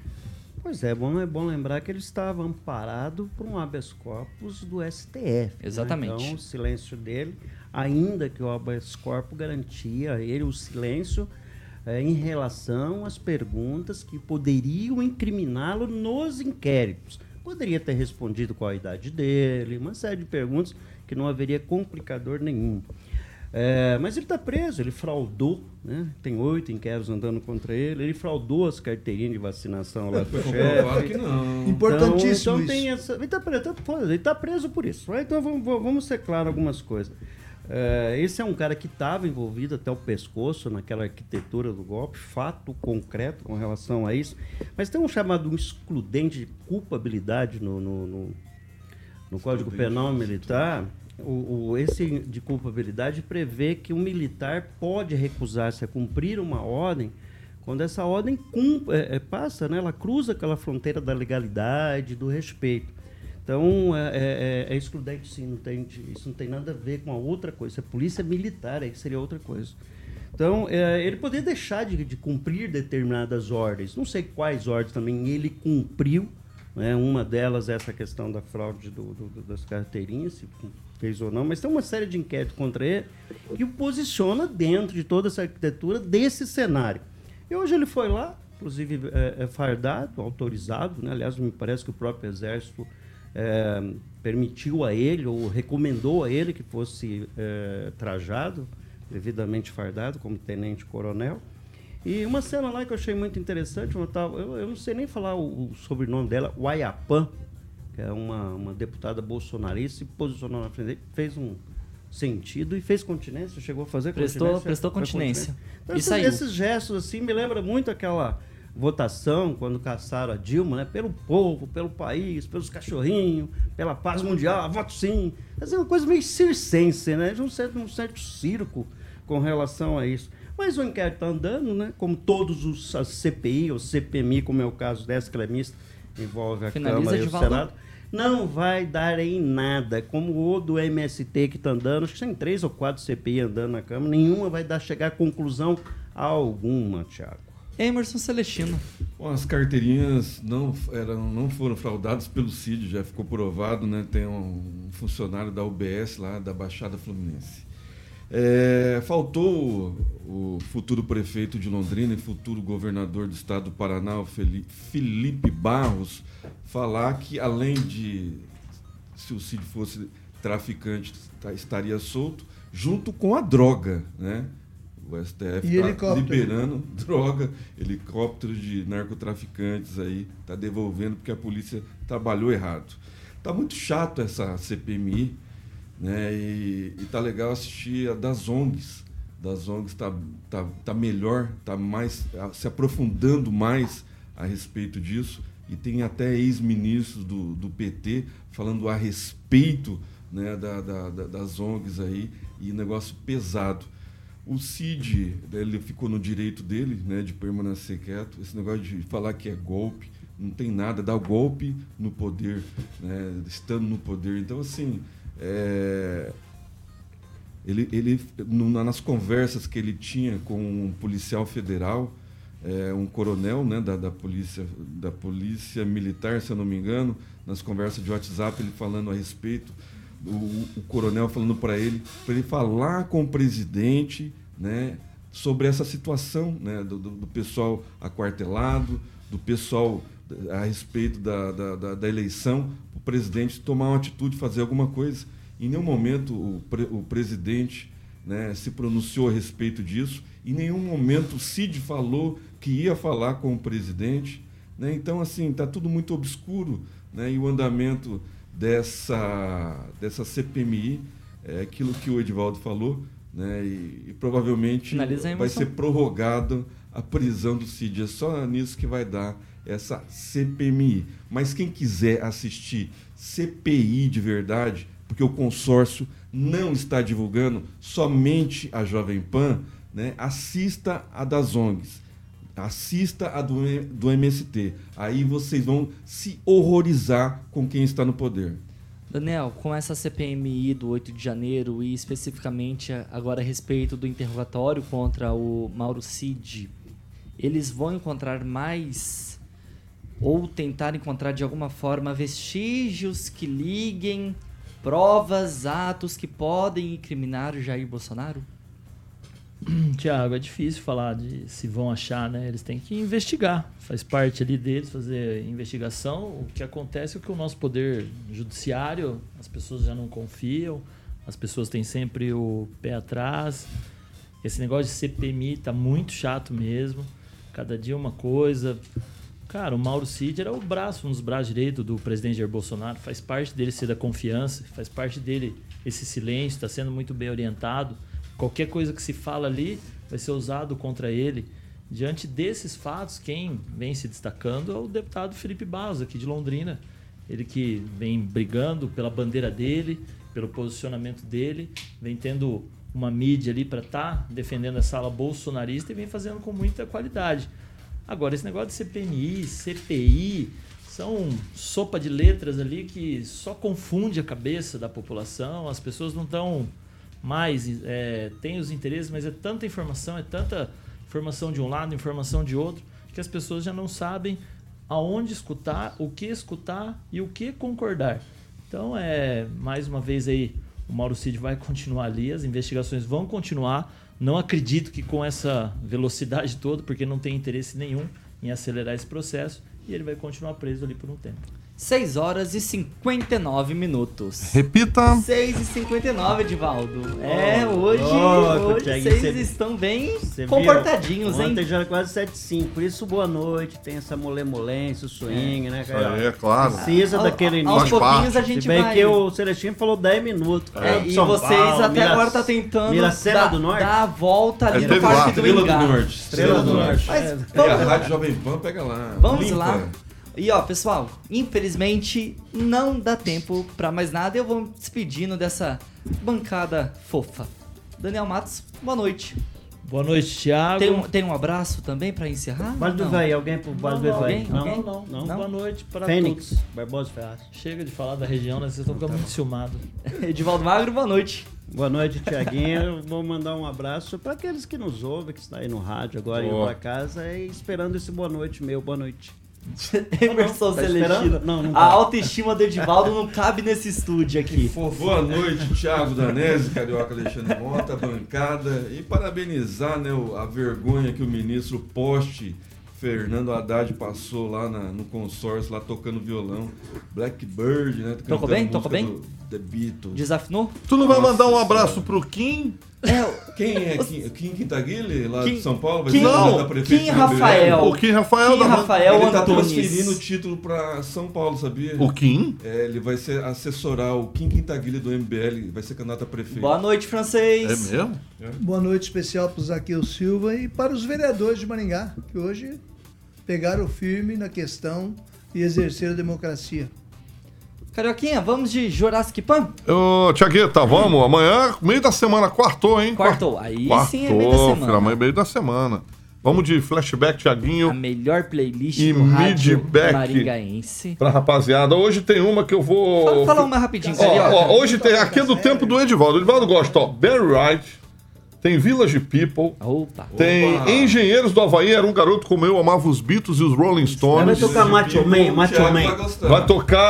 Speaker 6: Pois é, bom, é bom lembrar que ele estava amparado por um habeas corpus do S T F.
Speaker 2: Exatamente.
Speaker 6: Né? Então, o silêncio dele, ainda que o habeas corpus garantia a ele o silêncio é, em relação às perguntas que poderiam incriminá-lo nos inquéritos. Poderia ter respondido qual a idade dele, uma série de perguntas que não haveria complicador nenhum. É, mas ele está preso, ele fraudou, né? Tem oito inquéritos andando contra ele, ele fraudou as carteirinhas de vacinação lá pro chefe.
Speaker 5: Que não.
Speaker 8: Importantíssimo
Speaker 6: então, então tem
Speaker 8: isso.
Speaker 6: essa, ele está preso, ele tá preso por isso. Right? Então vamos, vamos ser claros algumas coisas. É, esse é um cara que estava envolvido até o pescoço naquela arquitetura do golpe, fato concreto com relação a isso, mas tem um chamado excludente de culpabilidade no, no, no, no Código Penal Militar. O, o, esse de culpabilidade prevê que o militar pode recusar-se a cumprir uma ordem quando essa ordem cum, é, é, passa, né, ela cruza aquela fronteira da legalidade, do respeito. Então, é, é, é excludente, sim, não tem, isso não tem nada a ver com a outra coisa. Se é polícia militar, aí seria outra coisa. Então, é, ele poderia deixar de, de cumprir determinadas ordens. Não sei quais ordens também ele cumpriu. Né? Uma delas é essa questão da fraude do, do, das carteirinhas, se fez ou não. Mas tem uma série de inquéritos contra ele que o posiciona dentro de toda essa arquitetura desse cenário. E hoje ele foi lá, inclusive é, é fardado, autorizado. Né? Aliás, me parece que o próprio Exército É, permitiu a ele, ou recomendou a ele que fosse é, trajado, devidamente fardado, como tenente-coronel. E uma cena lá que eu achei muito interessante, eu, tava, eu, eu não sei nem falar o, o sobrenome dela, Wayapã, que é uma, uma deputada bolsonarista, se posicionou na frente dele, fez um sentido e fez continência, chegou a fazer
Speaker 2: prestou,
Speaker 6: continência.
Speaker 2: Prestou continência.
Speaker 6: continência. Então,
Speaker 2: e
Speaker 6: esses,
Speaker 2: saiu.
Speaker 6: Esses gestos assim me lembram muito aquela votação, quando caçaram a Dilma, né? Pelo povo, pelo país, pelos cachorrinhos, pela paz mundial, voto sim. Mas é uma coisa meio circense, né? De um certo, um certo circo com relação a isso. Mas o inquérito está andando, né? Como todos os as C P I ou C P M I, como é o caso dessa, que é mista, envolve a
Speaker 2: Finaliza,
Speaker 6: Câmara e o
Speaker 2: Edivaldo.
Speaker 6: Senado. Não vai dar em nada, como o do M S T que está andando, acho que tem três ou quatro C P I andando na Câmara, nenhuma vai dar chegar a conclusão alguma, Thiago.
Speaker 2: Emerson Celestino.
Speaker 5: Bom, as carteirinhas não, eram, não foram fraudadas pelo Cid, já ficou provado, né? Tem um funcionário da U B S lá, da Baixada Fluminense. É, faltou o, o futuro prefeito de Londrina e futuro governador do estado do Paraná, o Felipe Barros, falar que além de, se o Cid fosse traficante, estaria solto, junto com a droga, né? O S T F está liberando droga, helicópteros de narcotraficantes aí, está devolvendo porque a polícia trabalhou errado. Tá muito chato essa C P M I, né? E, e tá legal assistir a das O N Gs. Das O N Gs tá, tá, tá melhor, tá mais se aprofundando mais a respeito disso. E tem até ex-ministros do, do P T falando a respeito, né, da, da, da, das O N Gs aí, e negócio pesado. O Cid, ele ficou no direito dele, né, de permanecer quieto. Esse negócio de falar que é golpe, não tem nada, dá golpe no poder, né, estando no poder. Então, assim, é, ele, ele, no, nas conversas que ele tinha com um policial federal, é, um coronel, né, da, da, polícia, da polícia militar, se eu não me engano, nas conversas de WhatsApp, ele falando a respeito, o, o coronel falando para ele, para ele falar com o presidente, né, sobre essa situação, né, do, do, do pessoal aquartelado, do pessoal a respeito da, da, da, da eleição, o presidente tomar uma atitude, fazer alguma coisa. Em nenhum momento o, pre, o presidente, né, se pronunciou a respeito disso, em nenhum momento o Cid falou que ia falar com o presidente, né? Então, assim, está tudo muito obscuro, né? E o andamento dessa, dessa C P M I é aquilo que o Edivaldo falou, né? E, e provavelmente vai ser prorrogada a prisão do Cid. É só nisso que vai dar essa C P M I. Mas quem quiser assistir C P I de verdade, porque o consórcio não está divulgando, somente a Jovem Pan, né, assista a das O N Gs, assista a do, do M S T. Aí vocês vão se horrorizar com quem está no poder.
Speaker 2: Daniel, com essa C P M I do oito de janeiro e especificamente agora a respeito do interrogatório contra o Mauro Cid, eles vão encontrar mais ou tentar encontrar de alguma forma vestígios que liguem, provas, atos que podem incriminar o Jair Bolsonaro?
Speaker 7: Tiago, é difícil falar de se vão achar, né? Eles têm que investigar, faz parte ali deles fazer investigação. O que acontece é que o nosso poder judiciário, as pessoas já não confiam, as pessoas têm sempre o pé atrás. Esse negócio de C P M I tá muito chato mesmo, cada dia uma coisa. Cara, o Mauro Cid era o braço, um dos braços direitos do presidente Jair Bolsonaro, faz parte dele ser da confiança, faz parte dele esse silêncio, está sendo muito bem orientado. Qualquer coisa que se fala ali vai ser usado contra ele. Diante desses fatos, quem vem se destacando é o deputado Felipe Barros, aqui de Londrina. Ele que vem brigando pela bandeira dele, pelo posicionamento dele, vem tendo uma mídia ali para estar tá defendendo essa ala bolsonarista e vem fazendo com muita qualidade. Agora, esse negócio de C P M I, C P I, são sopa de letras ali que só confunde a cabeça da população. As pessoas não estão mais, é, têm os interesses, mas é tanta informação, é tanta informação de um lado, informação de outro, que as pessoas já não sabem aonde escutar, o que escutar e o que concordar. Então, é, mais uma vez aí, o Mauro Cid vai continuar ali, as investigações vão continuar. Não acredito que com essa velocidade toda, porque não tem interesse nenhum em acelerar esse processo, e ele vai continuar preso ali por um tempo.
Speaker 2: seis horas e cinquenta e nove minutos.
Speaker 4: Repita.
Speaker 2: seis e cinquenta e nove, Edivaldo. É, hoje,
Speaker 6: oh,
Speaker 2: hoje vocês cê, estão bem comportadinhos,
Speaker 6: viu?
Speaker 2: hein?
Speaker 6: Ontem já era quase sete e cinco, por isso boa noite, tem essa molemolência, o swing, é. né, cara?
Speaker 4: É, claro.
Speaker 6: Precisa
Speaker 2: Ao,
Speaker 6: daquele
Speaker 2: início. Aos pouquinhos a gente
Speaker 6: Se bem
Speaker 2: vai...
Speaker 6: que o Celestino falou dez minutos.
Speaker 2: É, e São vocês Paulo, até Mira, agora tá tentando
Speaker 6: Miracema do Norte?
Speaker 2: dar a volta ali
Speaker 5: é,
Speaker 2: no Parque do
Speaker 5: Estrela
Speaker 2: Ingá.
Speaker 5: do Norte.
Speaker 6: Estrela do Norte.
Speaker 2: Mas,
Speaker 5: é,
Speaker 2: vamos,
Speaker 5: é, a Rádio Jovem Pan pega lá.
Speaker 2: Vamos
Speaker 5: limpa.
Speaker 2: lá. E ó, pessoal, infelizmente não dá tempo pra mais nada. Eu vou me despedindo dessa bancada fofa. Daniel Matos, boa noite.
Speaker 7: Boa noite, Thiago.
Speaker 2: Tem um, tem um abraço também pra encerrar?
Speaker 6: Vale do Véi, alguém pro Vale do Véi?
Speaker 2: Alguém?
Speaker 7: Não,
Speaker 2: Alguém?
Speaker 7: não, não,
Speaker 2: não.
Speaker 7: Boa noite para
Speaker 6: Fênix,
Speaker 7: todos.
Speaker 6: Barbosa Ferraz.
Speaker 7: Chega de falar da região, né? Vocês estão ficando muito ciumados.
Speaker 2: Edivaldo Magro, boa noite.
Speaker 6: Boa noite, Tiaguinho. Vou mandar um abraço para aqueles que nos ouvem, que está aí no rádio agora, indo para casa, e esperando esse boa noite meu. Boa noite.
Speaker 2: Emerson
Speaker 6: Tá
Speaker 2: Celestino.
Speaker 6: esperando? Não, não
Speaker 2: A
Speaker 6: tá.
Speaker 2: autoestima do Edivaldo não cabe nesse estúdio aqui.
Speaker 5: Boa noite, Thiago Danese, Carioca Alexandre Mota, bancada. E parabenizar, né, o- a vergonha que o ministro Poste Fernando Haddad passou lá na- no consórcio, lá tocando violão. Blackbird, né?
Speaker 2: Tocou
Speaker 5: cantando
Speaker 2: bem?
Speaker 5: música
Speaker 2: Tocou bem?
Speaker 5: do The Beatles.
Speaker 2: Desafinou?
Speaker 4: Tu não vai
Speaker 5: Nossa
Speaker 4: mandar um
Speaker 5: Senhora.
Speaker 4: abraço pro Kim?
Speaker 2: É,
Speaker 5: Quem é Kim, Kim Quintaguile, lá
Speaker 2: Kim-
Speaker 5: de São Paulo? Vai
Speaker 2: Kim-
Speaker 5: ser
Speaker 2: não,
Speaker 5: candidato a prefeito
Speaker 2: Kim
Speaker 5: de Ribeirão?
Speaker 2: Rafael.
Speaker 4: O Kim Rafael
Speaker 2: Kim
Speaker 4: da
Speaker 2: Rafael
Speaker 5: Ele tá
Speaker 2: Antunes.
Speaker 5: transferindo o título pra São Paulo, sabia?
Speaker 4: O Kim?
Speaker 5: É, ele vai ser assessorar o Kim Quintaguile do M B L, vai ser candidato a prefeito.
Speaker 2: Boa noite, francês.
Speaker 4: É mesmo?
Speaker 8: Boa noite especial para o Zaqueu Silva e para os vereadores de Maringá, que hoje pegaram firme na questão e exerceram a democracia.
Speaker 2: Carioquinha, vamos de Jurassic Pan?
Speaker 4: Ô, Tiagueta, vamos. Amanhã, meio da semana, quartou, hein?
Speaker 2: Quartou. Aí
Speaker 4: Quartou,
Speaker 2: sim é meio da semana.
Speaker 4: filho, amanhã é meio da semana. Vamos de flashback, Tiaguinho.
Speaker 2: A melhor playlist
Speaker 4: E
Speaker 2: do rádio
Speaker 4: midback.
Speaker 2: maringaense.
Speaker 4: Pra rapaziada. Hoje tem uma que eu vou...
Speaker 2: Fala, fala uma rapidinho,
Speaker 4: Ó,
Speaker 2: Carioca.
Speaker 4: ó, hoje tem... Aqui é do tempo do Edivaldo. O Edivaldo gosta, ó. Barry Wright. Tem Village People.
Speaker 2: Opa.
Speaker 4: Tem
Speaker 5: Opa.
Speaker 4: Engenheiros do Havaí. Era um garoto como eu, amava os Beatles e os Rolling
Speaker 6: Vai
Speaker 4: Stones.
Speaker 6: tocar Macho Man, Macho
Speaker 5: Thiago vai
Speaker 6: Man.
Speaker 5: gostar.
Speaker 4: Vai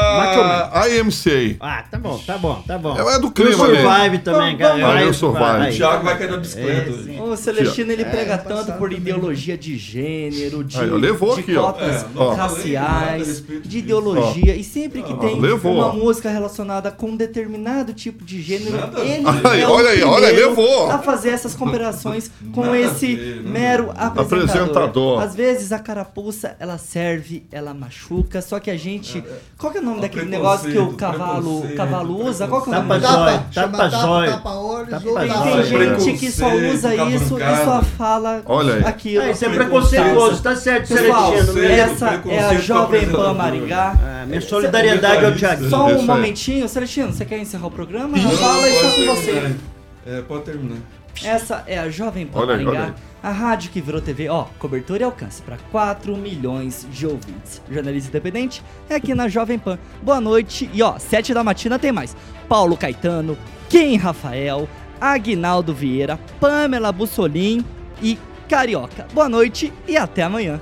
Speaker 4: tocar I M C
Speaker 6: Ah, tá bom, tá bom, tá bom.
Speaker 4: A. É do
Speaker 6: E o
Speaker 4: clima ali.
Speaker 6: Survive também, cara.
Speaker 4: Ah,
Speaker 6: Vai,
Speaker 4: eu Survive.
Speaker 6: vai.
Speaker 5: O Thiago vai cair na bicicleta
Speaker 6: É,
Speaker 5: hoje.
Speaker 6: sim.
Speaker 2: O Celestino, ele prega
Speaker 8: É,
Speaker 2: tanto
Speaker 8: passado
Speaker 2: por
Speaker 8: também.
Speaker 2: ideologia de gênero, de,
Speaker 4: Aí, ó, levou
Speaker 2: de
Speaker 4: aqui, ó.
Speaker 2: cotas
Speaker 5: É, não falei nada a
Speaker 2: raciais,
Speaker 5: respeito
Speaker 2: de
Speaker 5: disso.
Speaker 2: ideologia. E sempre que
Speaker 4: Ó,
Speaker 2: tem
Speaker 4: levou,
Speaker 2: uma
Speaker 4: ó.
Speaker 2: música relacionada com um determinado tipo de gênero,
Speaker 5: Nada.
Speaker 2: ele
Speaker 4: Aí,
Speaker 2: é
Speaker 4: olha
Speaker 2: o
Speaker 4: aí, olha,
Speaker 2: primeiro
Speaker 4: levou.
Speaker 2: a fazer essas comparações com
Speaker 5: Nada a
Speaker 2: esse
Speaker 5: ver, nada a
Speaker 2: mero
Speaker 5: ver.
Speaker 2: apresentador.
Speaker 4: Apresentador.
Speaker 2: Às vezes a carapuça, ela serve, ela machuca, só que a gente... Qual que é o nome
Speaker 5: Ó,
Speaker 2: daquele negócio que o
Speaker 5: preconceito,
Speaker 2: cavalo,
Speaker 5: preconceito,
Speaker 2: cavalo usa? Qual que é o nome
Speaker 6: Tapa
Speaker 2: daquilo?
Speaker 6: jóia,
Speaker 8: chama
Speaker 6: tapa jóia.
Speaker 8: tapa-olhos
Speaker 6: Tapa
Speaker 8: ou
Speaker 6: jóia.
Speaker 2: E
Speaker 8: tapa-
Speaker 2: tem gente que só
Speaker 5: Preconceito,
Speaker 2: usa isso e
Speaker 5: cavucada.
Speaker 2: só fala
Speaker 4: Olha aí.
Speaker 2: aquilo.
Speaker 6: Ah, isso é
Speaker 2: com
Speaker 6: preconceituoso,
Speaker 2: preconceito.
Speaker 6: tá certo,
Speaker 2: Pessoal,
Speaker 6: Celestino.
Speaker 5: Preconceito,
Speaker 2: essa é a
Speaker 5: preconceito
Speaker 2: Jovem
Speaker 5: com
Speaker 2: Pan
Speaker 5: apresentador.
Speaker 2: Maringá.
Speaker 6: Ah, minha solidariedade ao Thiago.
Speaker 2: Só um
Speaker 4: Isso aí.
Speaker 2: momentinho. Celestino, você quer encerrar o programa?
Speaker 5: Não,
Speaker 2: Fala e
Speaker 5: pode
Speaker 2: está com
Speaker 5: terminar.
Speaker 2: você.
Speaker 5: É, pode terminar.
Speaker 2: Essa é a Jovem Pan
Speaker 4: Olha aí,
Speaker 2: Maringá,
Speaker 4: olha aí.
Speaker 2: a rádio que virou T V, ó, cobertura e alcance para quatro milhões de ouvintes. Jornalista independente é aqui na Jovem Pan. Boa noite e ó, sete da matina tem mais. Paulo Caetano, Kim Rafael, Aguinaldo Vieira, Pamela Bussolin e Carioca. Boa noite e até amanhã.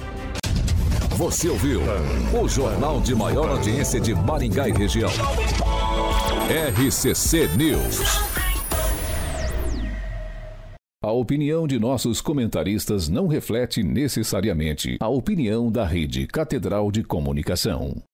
Speaker 1: Você ouviu o jornal de maior audiência de Maringá e região. R C C News. A opinião de nossos comentaristas não reflete necessariamente a opinião da Rede Catedral de Comunicação.